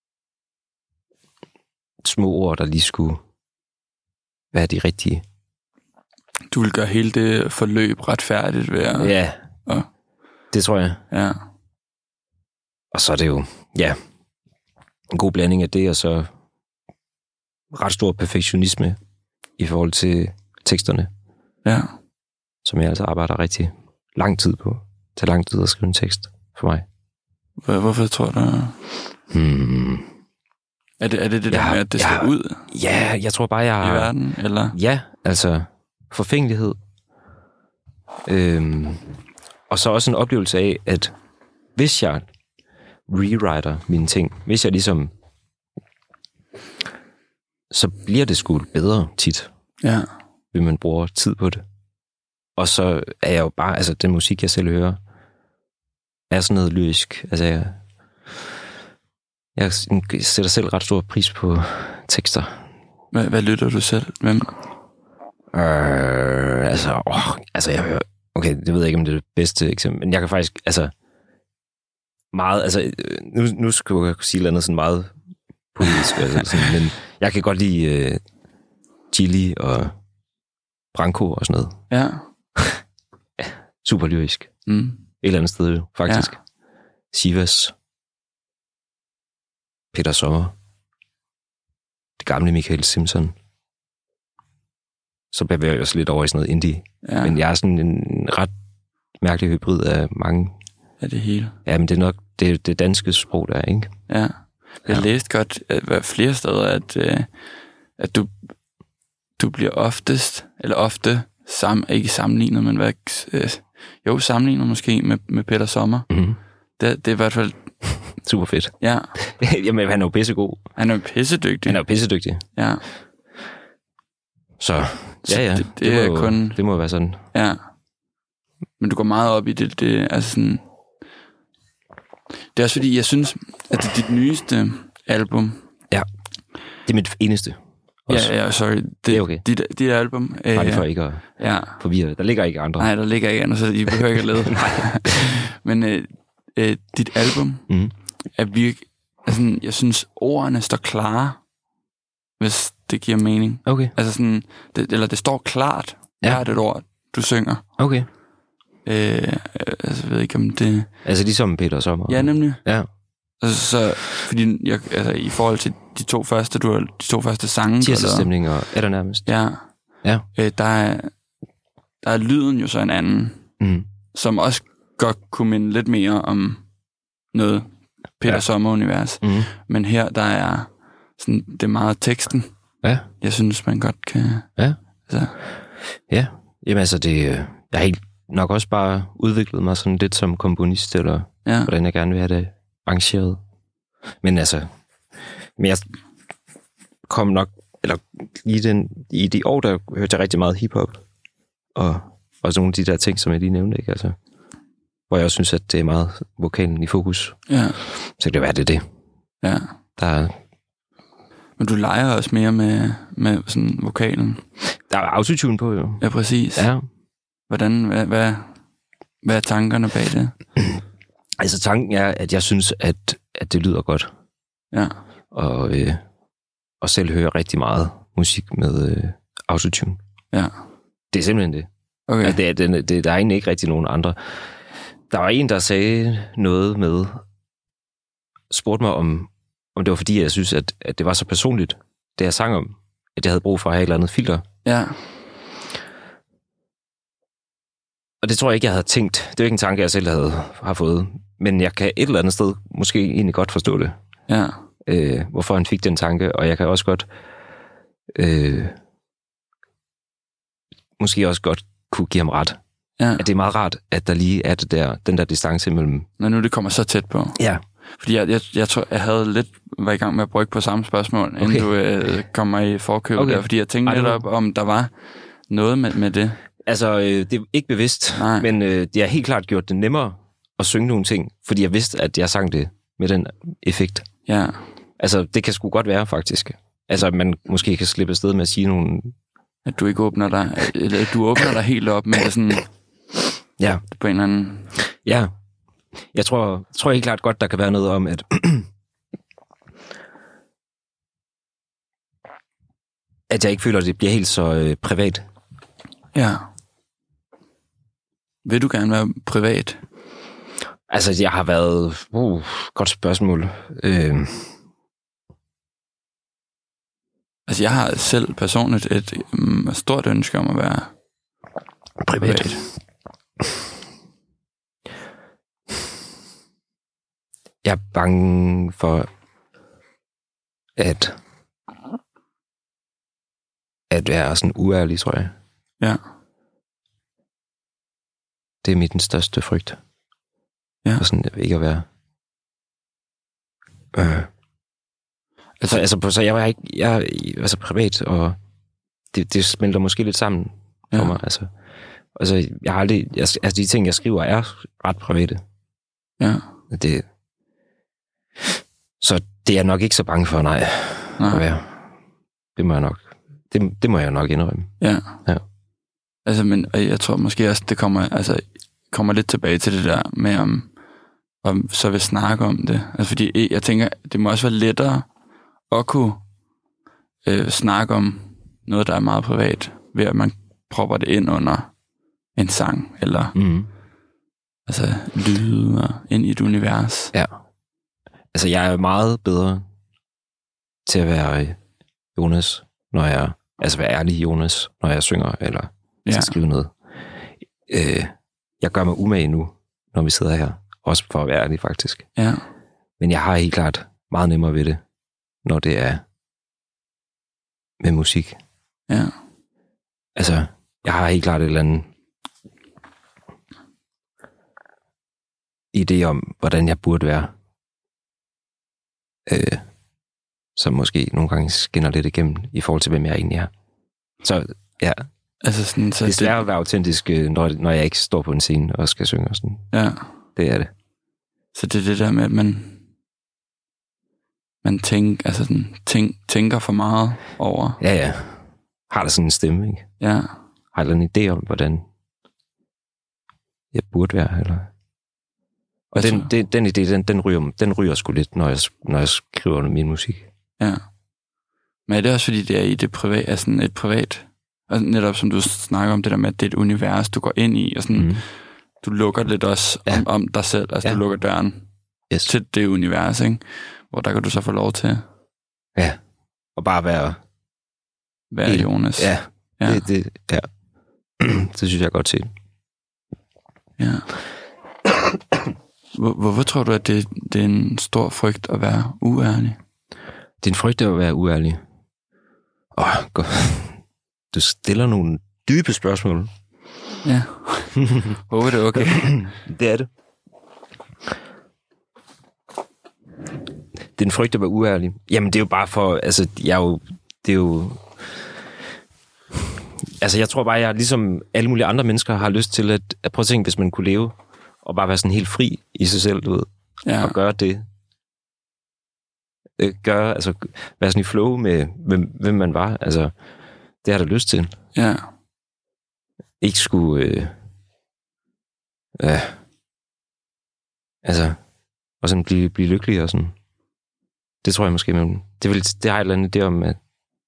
små ord, der lige skulle være de rigtige. Du vil gøre hele det forløb retfærdigt ved at... Ja, og... det tror jeg. Ja. Og så er det jo, ja, en god blanding af det, og så ret stor perfektionisme i forhold til teksterne. Ja. Som jeg altså arbejder rigtig lang tid på. Det tager lang tid at skrive en tekst for mig. Hvorfor tror du? Hmm. Er det er det, det der jeg, med, at det jeg, skal ud? Ja, jeg tror bare, jeg har... I verden, eller? Ja, altså forfængelighed. Øhm, og så også en oplevelse af, at hvis jeg rewriter mine ting, hvis jeg ligesom... Så bliver det sgu bedre tit. Ja. Hvis man bruger tid på det. Og så er jeg jo bare... Altså, den musik, jeg selv hører, er sådan noget lyrisk. Altså, jeg, jeg sætter selv ret stor pris på tekster. Hvad, hvad lytter du selv? Hvem? Øh, altså, åh, altså, jeg hører... Okay, det ved jeg ikke, om det er det bedste eksempel, men jeg kan faktisk, altså, meget, altså, nu, nu skulle jeg sige noget sådan meget politisk, altså, sådan, men jeg kan godt lide uh, Chili og Branko og sådan noget. Ja. Ja, super lyrisk. Mm. Et eller andet sted, jo, faktisk. Ja. Sivas. Peter Sommer. Det gamle Michael Simpson. Så bevæger jeg også lidt over i sådan noget indie. Ja. Men jeg er sådan en ret mærkelig hybrid af mange. Ja, det hele. Ja, men det er nok det, det danske sprog, der er, ikke? Ja. Jeg ja. læste godt at flere steder, at, at du, du bliver oftest, eller ofte sam, ikke sammenlignet, men hvad, øh, jo, sammenlignet måske med, med Peter Sommer. Mm-hmm. Det, det er i hvert fald... Super fedt. Ja. Jamen, han er jo pissegod. Han er jo pissedygtig. Han er jo pissedygtig. Ja. Så, ja, ja. Det, det, det, er må, kun... det må være sådan. Ja. Men du går meget op i det, det altså sådan... Det er også fordi, jeg synes, at det er dit nyeste album. Ja. Det er mit eneste. Også. Ja, ja, sorry. Det, det er okay. Dit, dit album. Bare øh, for ikke at ja. forvirre. Der ligger ikke andre. Nej, der ligger ikke andre, så I behøver ikke at lede. Men øh, øh, dit album mm. er virkelig... Altså, jeg synes, ordene står klare, hvis det giver mening. Okay. Altså sådan... Det, eller det står klart, ja. hvert et ord, du synger. Okay. Øh, altså, jeg ved ikke, om det... Altså ligesom Peter Sommer? Ja, nemlig. Ja. Altså, så, fordi jeg, altså, i forhold til de to første, du har, de to første sange... Tirsdagsstemning og er der nærmest. Ja. Ja. Øh, der, er, der er lyden jo så en anden, mm. som også godt kunne minde lidt mere om noget Peter ja. Sommer-univers. Mm. Men her, der er sådan, det er meget teksten. Ja. Jeg synes, man godt kan... Ja. Altså. Ja. Jamen altså, det... Jeg har helt nok også bare udviklet mig sådan lidt som komponist, eller ja. hvordan jeg gerne vil have det arrangeret. Men altså... Men jeg kom nok... Eller lige den, i de år, der hørte jeg rigtig meget hiphop. Og også nogle af de der ting, som jeg lige nævnte, ikke? Altså, hvor jeg også synes, at det er meget vokalen i fokus. Ja. Så kan det være, det er det. Ja. Der er... Men du leger også mere med, med sådan vokalen. Der er autotune på, jo. Ja, præcis. Ja. Hvordan, hvad, hvad, hvad er tankerne bag det? Altså, tanken er, at jeg synes, at, at det lyder godt. Ja. Og, øh, og selv hører rigtig meget musik med øh, autotune. Ja. Det er simpelthen det. Okay. Altså, det, er, det, det der er egentlig ikke rigtig nogen andre. Der var en, der sagde noget med, spurgte mig om, om det var fordi, jeg synes, at, at det var så personligt, det jeg sang om, at jeg havde brug for at have et eller andet filter. Ja. Og det tror jeg ikke, jeg havde tænkt. Det er jo ikke en tanke, jeg selv havde har fået. Men jeg kan et eller andet sted måske egentlig godt forstå det. Ja. Øh, hvorfor han fik den tanke, og jeg kan også godt øh, måske også godt kunne give ham ret. Ja. At det er meget rart, at der lige er det der, den der distance mellem... Når nu det kommer så tæt på. Ja. Fordi jeg, jeg, jeg tror, jeg havde lidt været i gang med at brygge på samme spørgsmål, okay. inden du øh, kom mig i forkøbet okay. der. Fordi jeg tænkte lidt op, om der var noget med, med det. Altså, øh, det er ikke bevidst, Nej. men øh, det har helt klart gjort det nemmere at synge nogle ting, fordi jeg vidste, at jeg sang det med den effekt. Ja. Altså, det kan sgu godt være, faktisk. Altså, man måske kan slippe afsted med at sige nogle... At du ikke åbner dig... Eller du åbner dig helt op, men det er sådan... Ja. På en eller anden... Ja. Jeg tror, tror helt klart godt, der kan være noget om, at... at jeg ikke føler, at det bliver helt så øh, privat. Ja. Vil du gerne være privat? Altså, jeg har været... Uh, godt spørgsmål. Øh... Altså, jeg har selv personligt et, et, et stort ønske om at være privat. privat. Jeg er bange for, at at være sådan uærlig, tror jeg. Ja. Det er mit største frygt. Ja. Og sådan ikke at være... Øh. Altså, altså, på, så jeg var ikke... Jeg var så privat, og det, det smelter måske lidt sammen for ja. mig. Altså, altså, jeg har aldrig... Jeg, altså, de ting, jeg skriver, er ret private. Ja. Det, så det er jeg nok ikke så bange for, nej. nej. At være. Det må jeg nok... Det, det må jeg nok indrømme. Ja. ja. Altså, men jeg tror måske også, det kommer, altså, kommer lidt tilbage til det der med, om, om så vil snakke om det. Altså, fordi jeg tænker, det må også være lettere at kunne øh, snakke om noget, der er meget privat, ved at man propper det ind under en sang, eller mm. altså lyde og ind i et univers. Ja. Altså, jeg er meget bedre til at være Jonas, når jeg, altså være ærlig Jonas, når jeg synger, eller skal ja. skrive noget. Øh, jeg gør mig umage nu, når vi sidder her. Også for at være ærlig, faktisk. Ja. Men jeg har helt klart meget nemmere ved det, når det er med musik. Ja. Altså, jeg har helt klart et eller andet idé om, hvordan jeg burde være. Øh, som måske nogle gange skinner lidt igennem i forhold til, hvem jeg egentlig er. Så ja, Altså sådan, så det er svært det, at være autentisk, når, når jeg ikke står på en scene og skal synge og sådan. ja. Det er det. Så det er det der med, at man, man tænk, altså sådan, tænk, tænker for meget over. Ja, ja. Har der sådan en stemme, ikke? Ja. Har der en idé om, hvordan jeg burde være, eller? Og Jeg den, tror- den, den idé, den, den, ryger, den ryger sgu lidt, når jeg, når jeg skriver min musik. Ja. Men er det også fordi, det er i det privat, altså sådan et privat, altså netop som du snakker om det der med, at det er et univers, du går ind i, og sådan, Mm. du lukker lidt også Ja. om, om dig selv, altså Ja. du lukker døren Yes. til det univers, ikke? Hvor der kan du så få lov til at Ja. Og bare være... være Helt- Jonas. Ja, Ja. det, det, ja. det synes jeg er godt set. Ja. Hvor, hvorfor tror du, at det, det er en stor frygt at være uærlig? Det er en frygt af at være uærlig. Åh, oh, du stiller nogle dybe spørgsmål. Ja. Håber det er okay. Det er det. Det er en frygt at være uærlig. Jamen, det er jo bare for... Altså, jeg er jo... Det er jo... Altså, jeg tror bare, jeg ligesom alle mulige andre mennesker har lyst til at, at prøve at tænke, hvis man kunne leve og bare være sådan helt fri i sig selv, du ved, Ja. og gøre det. Øh, Gøre, altså, være sådan i flow med, hvem, hvem man var. Altså, det har jeg da lyst til. Ja. Ikke skulle... Øh, øh, altså, og sådan blive, blive lykkelig og sådan. Det tror jeg måske, men det, vil, det har et eller andet idé om, at,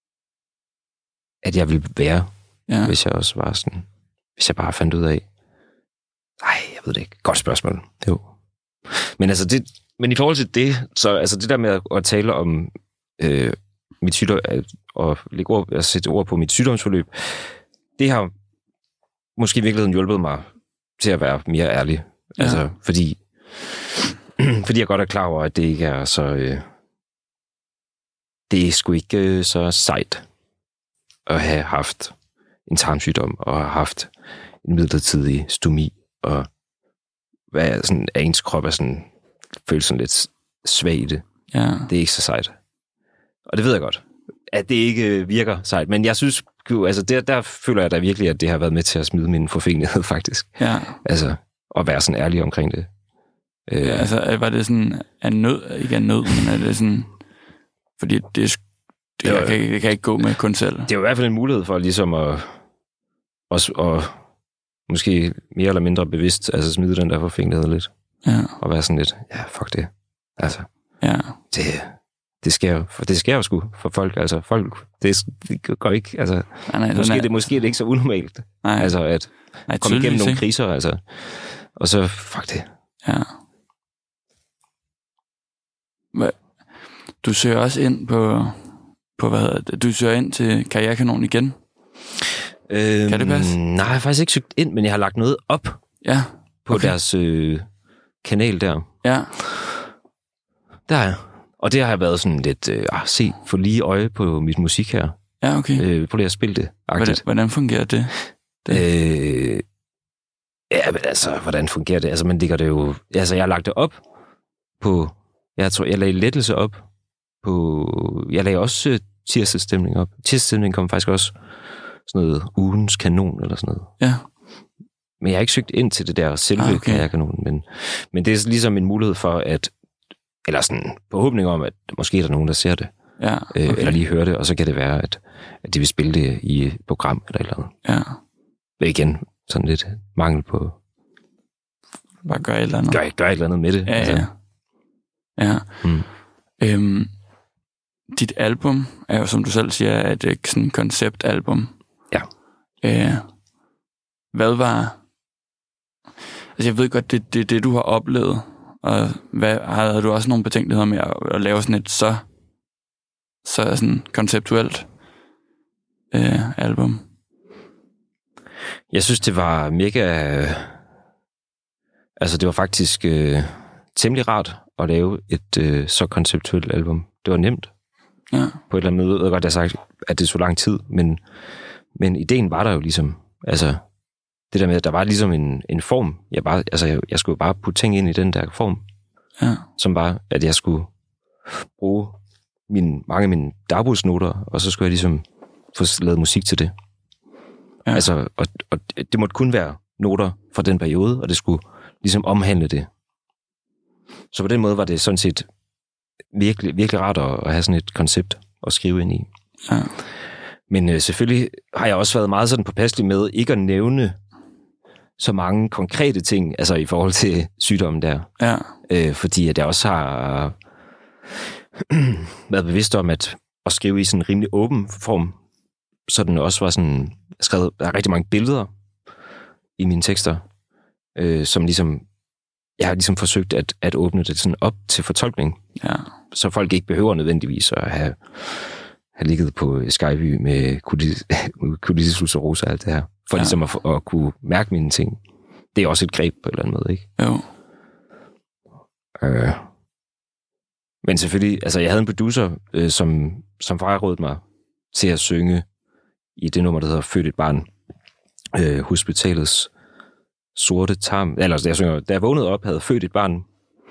at jeg ville være, Ja. hvis jeg også var sådan, hvis jeg bare fandt ud af, nej, jeg ved det ikke. Godt spørgsmål. Jo. Men altså, det, men i forhold til det, så altså det der med at, at tale om øh, mit sygdom, og lægge ord, altså sætte ord på mit sygdomsforløb, det har måske i virkeligheden hjulpet mig til at være mere ærlig. Ja. Altså, fordi, fordi jeg godt er klar over, at det ikke er så... Øh, det er sgu ikke øh, så sejt at have haft en tarmsygdom, og have haft en midlertidig stomi, og hvad sådan, at ens krop er sådan, føles sådan lidt svag i det. Ja. Det er ikke så sejt. Og det ved jeg godt, at det ikke virker sejt. Men jeg synes, altså der, der føler jeg da virkelig, at det har været med til at smide min forfængelighed, faktisk. Ja. Altså, at være sådan ærlig omkring det. Øh, Ja, altså, var det sådan af nød, ikke af nød, men er det sådan, fordi det, er sk- det, Ja. jeg kan, det kan ikke gå med kun selv. det er jo i hvert fald en mulighed for ligesom at, at, at måske mere eller mindre bevidst, altså smide den der forfængelighed lidt. Ja. Og være sådan lidt, ja, fuck det. Altså, Ja. det, det sker jo, for det sker jo sgu for folk, altså folk, det, det går ikke, altså, Nej, nej, måske, den er, det, måske er det ikke så unormalt, nej, altså at nej, komme igennem tydeligvis nogle ikke. kriser, altså, og så, fuck det. Ja. Hvad? Du søger også ind på, på hvad hedder det? Du søger ind til Karrierekanon igen? Øhm, Kan det passe? Nej, jeg har faktisk ikke søgt ind, men jeg har lagt noget op Ja. på Okay. deres øh, kanal der. Ja. Der er jeg. Og det har jeg været sådan lidt, øh, ah, se, få lige øje på mit musik her. Ja, okay. Øh, prøv lige at spille det. Hvordan, Agtigt. hvordan fungerer det? Øh, ja, men altså, hvordan fungerer det? Altså, man ligger det jo... Altså, jeg har lagt det op på... Jeg tror, jeg lagde lettelse op på... Jeg lagde også øh, tirsdagsstemning op. Tirsdagsstemning kom faktisk også sådan noget ugens kanon eller sådan noget. Ja. Men jeg har ikke søgt ind til det der selve Ah, ah, okay. okay. kanon, men, men det er ligesom en mulighed for, at... Eller sådan forhåbning om, at måske er der nogen, der ser det. Ja. Øh, Okay. eller lige hører det, og så kan det være, at, at de vil spille det i et program eller et eller andet. Ja. Men igen, sådan lidt mangel på... Bare gøre et eller andet. Gør, gør et eller andet med det. Ja, ja. Ja. Mm. Øhm, dit album er jo, som du selv siger, et øh, sådan konceptalbum. Ja. Øh, hvad var... Altså, jeg ved godt, det er det, det, du har oplevet. Og hvad, havde du også nogle betænkeligheder med at, at lave sådan et så, så sådan konceptuelt øh, album? Jeg synes, det var mega... Øh, altså, det var faktisk øh, temmelig rart at lave et øh, så konceptuelt album. Det var nemt. Ja. På et eller andet måde. Jeg ved godt, jeg har sagt, at det så lang tid, men, men ideen var der jo ligesom. Altså, det der med, at der var ligesom en, en form. Jeg, bare, altså, jeg, jeg skulle bare putte ting ind i den der form. Ja. Som bare, at jeg skulle bruge mine, mange af mine dagbogsnoter, og så skulle jeg ligesom få lavet musik til det. Ja. Altså, og, og det måtte kun være noter fra den periode, og det skulle ligesom omhandle det. Så på den måde var det sådan set virkelig, virkelig rart at, at have sådan et koncept at skrive ind i. Ja. Men øh, selvfølgelig har jeg også været meget sådan påpasselig med ikke at nævne så mange konkrete ting, altså i forhold til sygdommen der. Ja. Øh, fordi at jeg også har været bevidst om, at at skrive i sådan en rimelig åben form, så den også var sådan skrevet, der er rigtig mange billeder i mine tekster, øh, som ligesom, jeg har ligesom forsøgt at, at åbne det sådan op til fortolkning, Ja. så folk ikke behøver nødvendigvis at have, have ligget på Skyby med colitis ulcerosa og alt det her, for ja. ligesom at, at kunne mærke mine ting. Det er også et greb på en eller anden måde, ikke? Jo. Øh. Men selvfølgelig, altså jeg havde en producer, øh, som, som frarådede mig til at synge i det nummer, der hedder Født et barn, øh, hospitalets sorte tarm. Eller jeg synger, da jeg vågnede op, havde født et barn,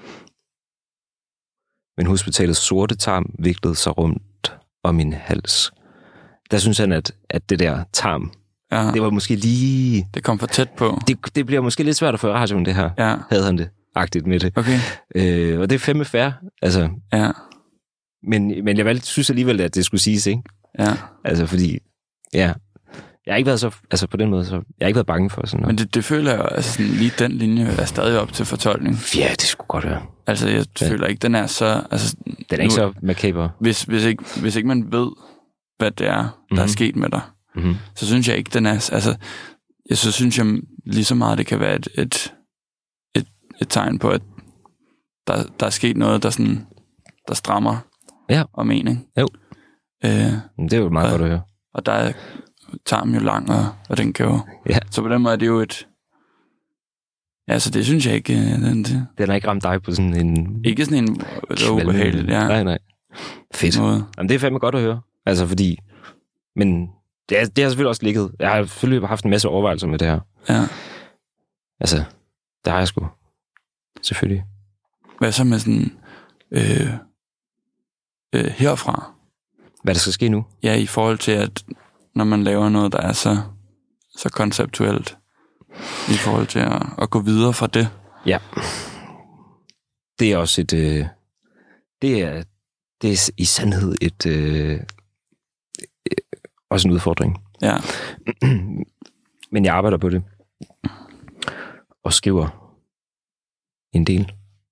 men hospitalets sorte tarm viklede sig rundt om min hals. Der synes han, at, at det der tarm, ja. det var måske lige... Det kom for tæt på. Det, det bliver måske lidt svært at få i radioen, det her. Ja. Havde han det agtigt med det. Okay. Øh, og det er fandme fair. Altså, ja. Men, men jeg valgte, synes alligevel, at det skulle siges, ikke? Ja. Altså, fordi... Ja. Jeg har ikke været så... Altså, på den måde, så... Jeg har ikke været bange for sådan noget. Men det, det føler jeg jo... Altså, sådan, lige den linje er stadig op til fortolkning. Ja, det skulle godt være. Altså, jeg ja. føler ikke, den er så... Altså, den er nu, ikke så makaber. Hvis, hvis, ikke, hvis ikke man ved, hvad det er, der mm-hmm. er sket med dig, mm-hmm. så synes jeg ikke, den er... Altså, jeg så synes jeg lige så meget, det kan være et, et, et, et tegn på, at der, der er sket noget, der sådan... Der strammer ja. og mening. Jo. Øh, det er jo meget og, godt at høre. Og der er tarmen jo lang, og, og den kan jo... Ja. Så på den måde er det jo et... Ja, så det synes jeg ikke... Den, det, den har ikke ramt dig på sådan en... Ikke sådan en ubehageligt, ja. Nej, nej. Fedt. Måde. Jamen, det er fandme godt at høre. Altså, fordi... Men det, er, det har selvfølgelig også ligget... Jeg har selvfølgelig haft en masse overvejelser med det her. Ja. Altså, det har jeg sgu. Selvfølgelig. Hvad så med sådan... Øh, øh, herfra? Hvad der skal ske nu? Ja, i forhold til, at når man laver noget, der er så, så konceptuelt, i forhold til at, at gå videre fra det. Ja. Det er også et... Øh, det, er, det er i sandhed et... Øh, også en udfordring. Ja. Men jeg arbejder på det. Og skriver en del.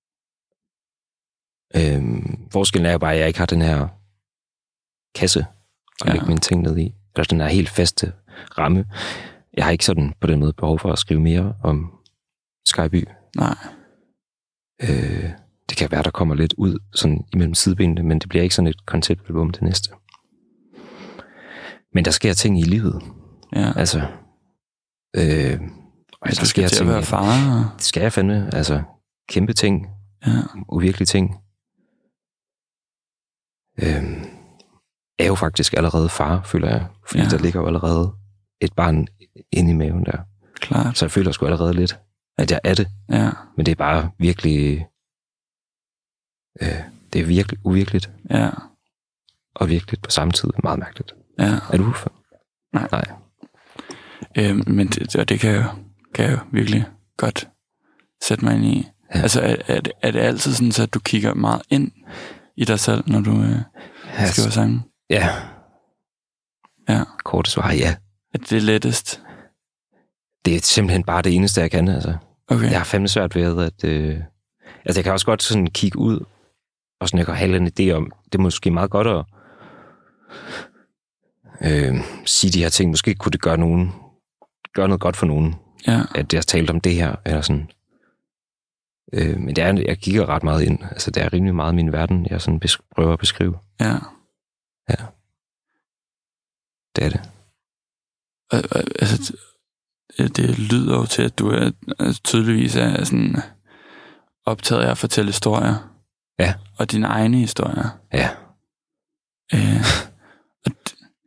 Øhm, forskellen er jo bare, at jeg ikke har den her kasse at ja. lægge mine ting ned i. Eller den her helt faste ramme. Jeg har ikke sådan på den måde behov for at skrive mere om Skyby. Nej. Øh, det kan være, der kommer lidt ud sådan imellem sidebenene, men det bliver ikke sådan et konceptalbum det næste. Men der sker ting i livet. Ja. Altså, øh, og der sker ting. At være far. Det skal jeg fandme. Altså, kæmpe ting. Ja. Uvirkelige ting. Øh, er jo faktisk allerede far, føler jeg. Fordi ja. der ligger jo allerede et barn inde i maven der. Klart. Så jeg føler sgu allerede lidt, at jeg er det. Ja. Men det er bare virkelig... Øh, det er virkelig uvirkeligt. Ja. Og virkeligt på samme tid. Meget mærkeligt. Ja. Er du for? Nej. Nej. Øh, men det, det, det kan, jeg, kan jeg jo virkelig godt sætte mig ind i. Ja. Altså, er, er, det, er det altid sådan, så at du kigger meget ind i dig selv, når du øh, ja, skriver sange? Ja. Ja. Korte svar, ja. Er det det lettest? Det er simpelthen bare det eneste, jeg kan, altså. Okay. Jeg har fandme svært ved, at... Øh, altså, jeg kan også godt sådan kigge ud, og sådan, jeg kan have en idé om, det er måske meget godt at øh, sige de her ting. Måske kunne det gøre nogen, gøre noget godt for nogen, ja. At jeg har talt om det her, eller sådan. Øh, men det er, jeg kigger ret meget ind. Altså, det er rimelig meget min verden, jeg sådan besk- prøver at beskrive. Ja. Ja. Det er det. Altså, det lyder jo til, at du er altså, tydeligvis er sådan optaget af at fortælle historier. Ja. Og dine egne historier. Ja. Øh, og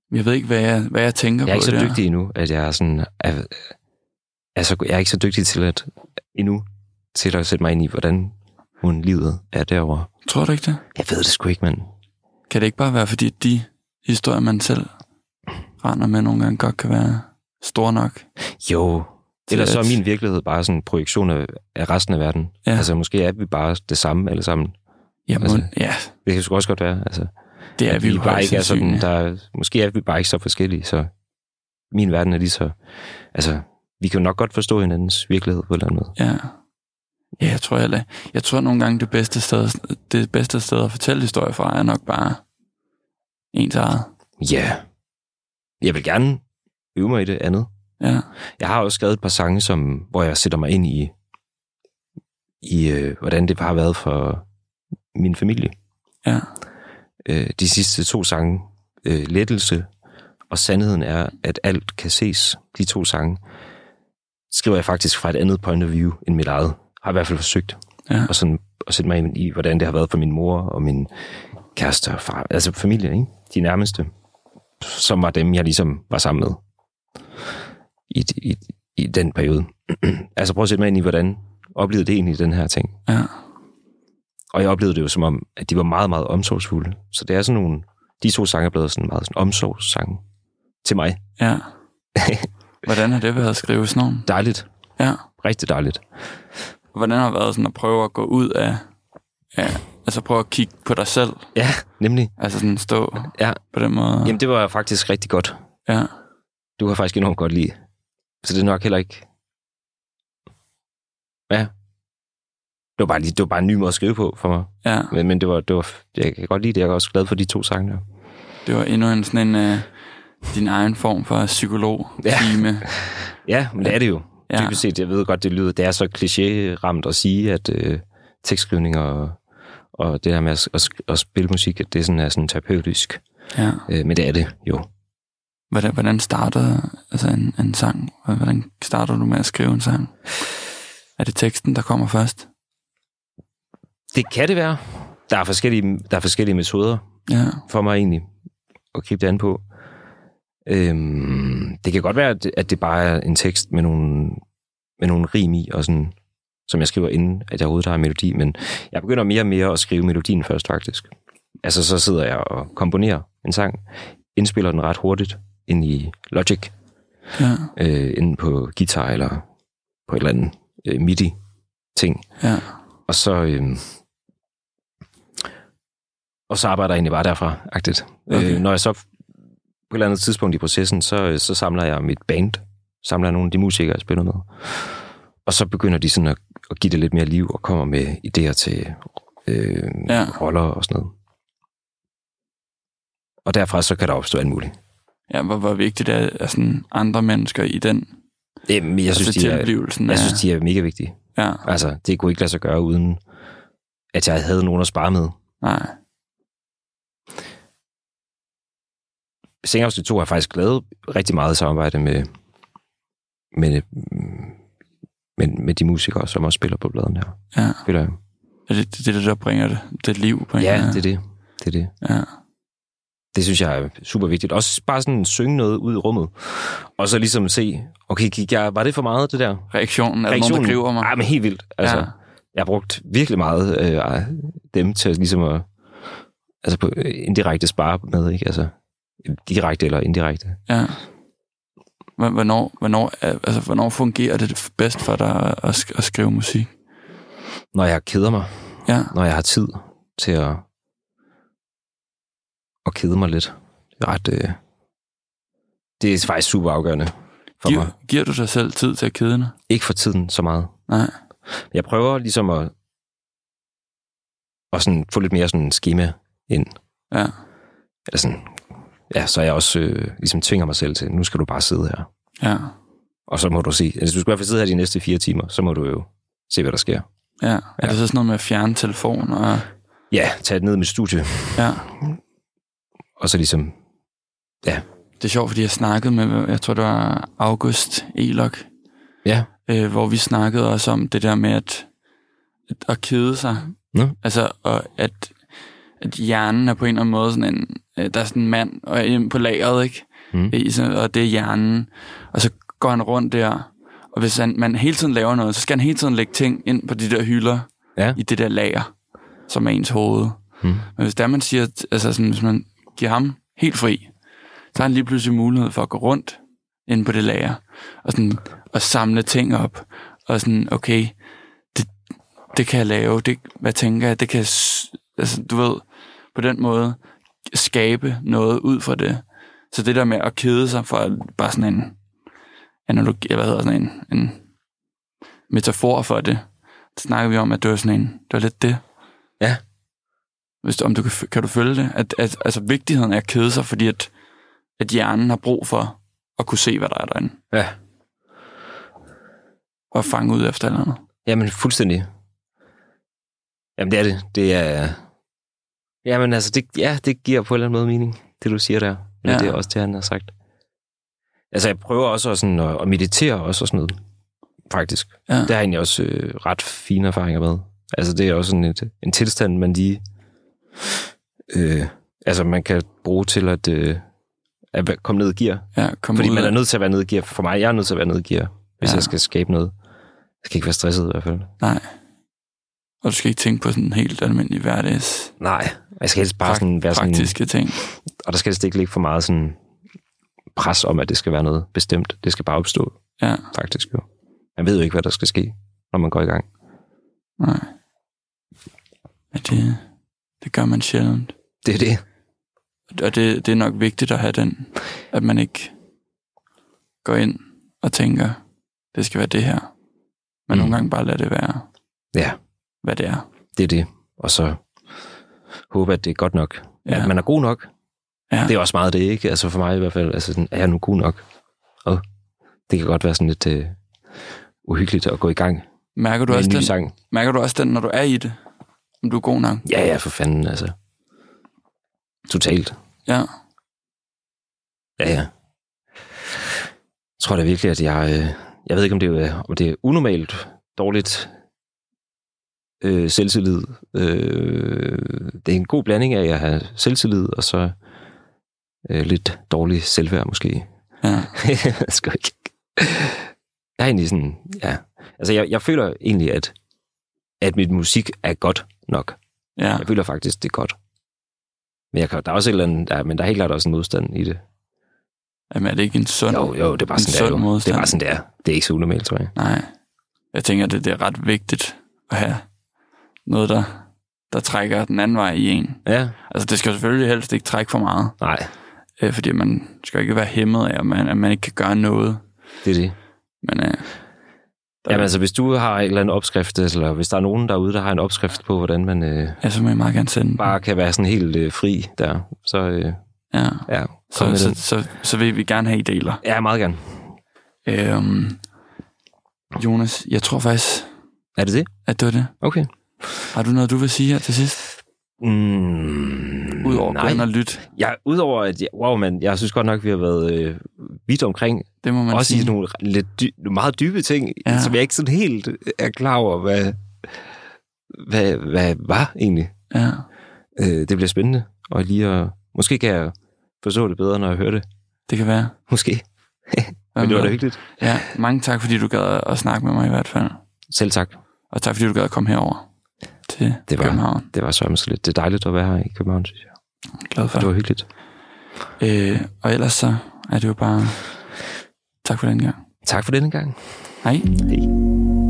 Jeg ved ikke, hvad jeg, hvad jeg tænker på. Jeg er ikke så der. dygtig endnu, at jeg er sådan... Er, altså, jeg er ikke så dygtig til at... Endnu til at sætte mig ind i, hvordan hun livet er derovre. Tror du ikke det? Jeg ved det sgu ikke, mand. Kan det ikke bare være, fordi de historier, man selv render med nogle gange, godt kan være store nok? Jo. Eller så er at- min virkelighed bare sådan en projektion af, af resten af verden. Ja. Altså, måske er vi bare det samme alle sammen. Jamen, Altså, ja, Det kan sgu også godt være. Altså, det er at vi vi jo bare højst ikke er sådan, sandsynligt. der er, måske er vi bare ikke så forskellige, så min verden er lige så... Altså, vi kan jo nok godt forstå hinandens virkelighed på en eller anden måde. Ja. Ja, jeg tror heller. Jeg tror nogle gange, det bedste sted, det bedste sted at fortælle historier fra, er nok bare ens eget. Ja. Jeg vil gerne øve mig i det andet. Ja, Jeg har også skrevet et par sange, som, hvor jeg sætter mig ind i, i øh, hvordan det har været for min familie. ja, Øh, de sidste to sange, øh, Lettelse og Sandheden er, at alt kan ses. De to sange skriver jeg faktisk fra et andet point of view end mit eget. Har i hvert fald forsøgt ja, og sådan, at sætte mig ind i, hvordan det har været for min mor og min kæreste og far. Altså familie, ikke? De nærmeste, som var dem, jeg ligesom var sammen med i, i, i den periode. Altså prøv at sætte mig ind i, hvordan oplevede det egentlig den her ting. ja, Og jeg oplevede det jo som om, at de var meget, meget omsorgsfulde. Så det er sådan nogle, de to sange er blevet sådan meget sådan omsorgssange til mig. ja. Hvordan har det været at skrive sådan nogle? Dejligt. Ja. Rigtig dejligt. Hvordan har det været sådan at prøve at gå ud af, af altså prøve at kigge på dig selv? Ja, nemlig. Altså sådan stå Ja. på den måde. Jamen, det var faktisk rigtig godt. Ja, Du har faktisk enormt godt lide. Så det er nok heller ikke... Ja. Det var bare, lige, det var bare en ny måde at skrive på for mig. ja. Men, men det var, det var, jeg kan godt lide det. Jeg er også glad for de to sange der. Det var endnu en sådan en, uh, din egen form for psykolog-time. Ja, men det er det jo. Ja. Dybest set, jeg ved godt, det lyder, det er så kliché-ramt at sige, at øh, tekstskrivning og, og det her med at, at, at spille musik, at det sådan er sådan terapeutisk. Ja. Øh, men det er det jo. Hvordan, hvordan starter altså en, en sang? Hvordan starter du med at skrive en sang? Er det teksten, der kommer først? Det kan det være. Der er forskellige, der er forskellige metoder Ja, for mig egentlig at gribe det an på. Øhm, det kan godt være, at det, at det bare er en tekst med nogle, med nogle rim i, og sådan, som jeg skriver inden, at jeg overhovedet har en melodi, men jeg begynder mere og mere at skrive melodien først faktisk. Altså så sidder jeg og komponerer en sang, indspiller den ret hurtigt ind i Logic, ja, øh, inde på guitar eller på et eller andet øh, midi-ting. ja, Og så, øh, og så arbejder jeg egentlig bare derfra-agtigt. Okay. Øh, når jeg så på et eller andet tidspunkt i processen, så, så samler jeg mit band, samler jeg nogle af de musikere, jeg spiller med. Og så begynder de sådan at, at give det lidt mere liv, og kommer med idéer til øh, Ja. roller og sådan noget. Og derfra så kan der opstå alt muligt. ja. Hvor, hvor vigtigt er, er sådan andre mennesker i den Jamen, jeg, synes, altså de er, tilblivelsen jeg af... synes, de er mega vigtige. Ja, Altså, det kunne ikke lade sig gøre, uden at jeg havde nogen at spare med. nej, Singaften to har faktisk lavet rigtig meget samarbejde med, med, med, med de musikere, som også spiller på bladen her. ja. Spiller jeg. Er det det, det, der bringer det, det liv på en Ja, måde? det er det. det er det. Ja, Det synes jeg er super vigtigt. Også bare sådan synge noget ud i rummet. Og så ligesom se, okay, gik jeg, var det for meget, det der? reaktionen, er der nogen, der griber mig? Ej, men helt vildt. Altså, Ja. jeg har brugt virkelig meget øh, dem til ligesom at altså på indirekte spare med, ikke? Altså, direkte eller indirekte. Ja. Hvor- Hvornår, hvornår, er- altså, hvornår fungerer det bedst for dig at, sk- at skrive musik? Når jeg keder mig. Ja, Når jeg har tid til at, at kede mig lidt. Det er ret... Øh, det er faktisk super afgørende for giver, mig. giver du dig selv tid til at kede dig? Ikke for tiden så meget. Nej. Jeg prøver ligesom at, at sådan få lidt mere sådan schema ind. Ja, Eller sådan, ja, så jeg også øh, ligesom tvinger mig selv til, nu skal du bare sidde her. ja, Og så må du se, altså du skal i hvert fald sidde her de næste fire timer, så må du jo se, hvad der sker. ja. Er Ja. det så sådan noget med at fjerne telefon? Og, Ja, tage det ned i mit studie, ja. og så ligesom, ja, Det er sjovt, fordi jeg snakkede med, jeg tror det var August Elok, ja, øh, hvor vi snakkede også om det der med at, at, at kede sig. Nå. Altså, og at, at hjernen er på en eller anden måde sådan en, øh, der er sådan en mand og inde på lageret, ikke? Mm. I, sådan, og det er hjernen. Og så går han rundt der, og hvis han, man hele tiden laver noget, så skal han hele tiden lægge ting ind på de der hylder, ja. i det der lager, som er ens hoved. Mm. Men hvis der man siger, altså sådan, hvis man giver ham helt fri, så har han lige pludselig mulighed for at gå rundt inde på det lager, og, sådan, og samle ting op, og sådan, okay, det, det kan jeg lave, det, hvad tænker jeg, det kan, altså, du ved, på den måde, skabe noget ud fra det. Så det der med at kede sig for bare sådan en analogi, hvad hedder sådan en, en metafor for det, så snakker vi om, at det var sådan en, det var lidt det. Ja. Hvis du, om du kan, kan du følge det? At, at, altså vigtigheden er at kede sig, fordi at, at hjernen har brug for at kunne se, hvad der er derinde. Ja. Og fange ud efter eller andet. Jamen, fuldstændig. Jamen, det er det. Det er... Jamen, altså, det, ja, det giver på en eller anden måde mening, det du siger der. Eller ja. Det er også det, han har sagt. Altså, jeg prøver også sådan at, at meditere også og sådan noget, faktisk. Ja. Det har jeg egentlig også øh, ret fine erfaringer med. Altså, det er også sådan et, en tilstand, man lige... Øh, altså, man kan bruge til at, øh, at komme ned i gear. Ja, fordi man er nødt til at være ned i gear. For mig, jeg er nødt til at være ned i gear, hvis ja. jeg skal skabe noget. Jeg skal ikke være stresset i hvert fald. Nej. Og du skal ikke tænke på sådan en helt almindelig hverdags... Nej, jeg skal helst bare sådan være sådan... Praktiske ting. Og der skal helst ikke ligge for meget sådan pres om, at det skal være noget bestemt. Det skal bare opstå. Ja. Faktisk jo. Man ved jo ikke, hvad der skal ske, når man går i gang. Nej. Ja, det, det gør man sjældent. Det er det. Og det, det er nok vigtigt at have den, at man ikke går ind og tænker, det skal være det her. Men mm. nogle gange bare lade det være, ja. hvad det er. Det er det. Og så håbe, at det er godt nok. Ja. At man er god nok. Ja. Det er også meget det, ikke? Altså for mig i hvert fald, altså sådan, er jeg nu god nok? Og det kan godt være sådan lidt uh, uhyggeligt at gå i gang. Mærker du, også den, sang. Mærker du også den, når du er i det? Om du er god nok? Ja, ja, for fanden, altså. Totalt. Ja. Ja, ja. Jeg tror da virkelig, at jeg... Øh, jeg ved ikke, om det er, om det er unormalt dårligt øh, selvtillid. Øh, det er en god blanding af at have selvtillid, og så øh, lidt dårlig selvværd, måske. Ja. Jeg skal ikke... Jeg er egentlig sådan... Ja. Altså, jeg, jeg føler egentlig, at, at mit musik er godt nok. Ja. Jeg føler faktisk, det er godt. Men jeg kan, der er også et eller andet, der, men der er helt klart også en modstand i det. Jamen er det ikke en sund Jo, jo, det er bare sådan, der, jo. Det er bare sådan, der. Det er ikke så unormalt, tror jeg. Nej. Jeg tænker, at det, det er ret vigtigt at have noget, der, der trækker den anden vej i en. Ja. Altså, det skal selvfølgelig helst ikke trække for meget. Nej. Øh, fordi man skal ikke være hæmmet af, at man, at man ikke kan gøre noget. Det er det. Men... Øh, Jamen altså, hvis du har en eller anden opskrift, eller hvis der er nogen derude, der har en opskrift på, hvordan man øh, ja, så må jeg meget gerne sende bare kan være sådan helt øh, fri der, så øh, ja, ja så, så, så, så vil vi gerne have, I deler. Ja, meget gerne. Øhm, Jonas, jeg tror faktisk... Er det det? At det var det. Okay. Har du noget, du vil sige her til sidst? Mm, Udover at gå ind og lytte. Ja, udover at... Wow, man, jeg synes godt nok, vi har været øh, vidt omkring. Det må man også sige. Også i nogle lidt dy- meget dybe ting, ja. Som jeg ikke sådan helt er klar over, hvad, hvad, hvad var egentlig. Ja. Øh, det bliver spændende. Og lige at... Måske kan jeg forstå det bedre, når jeg hører det. Det kan være. Måske. Men det var da hyggeligt. Ja, mange tak, fordi du gad at snakke med mig i hvert fald. Selv tak. Og tak, fordi du gad at komme herover til det var, København. Det var sørme så lidt. Det er dejligt at være her i København, synes jeg. Glad for. Det var hyggeligt. Øh, og ellers så er det jo bare... Tak for den gang. Tak for denne gang. Hej. Hej.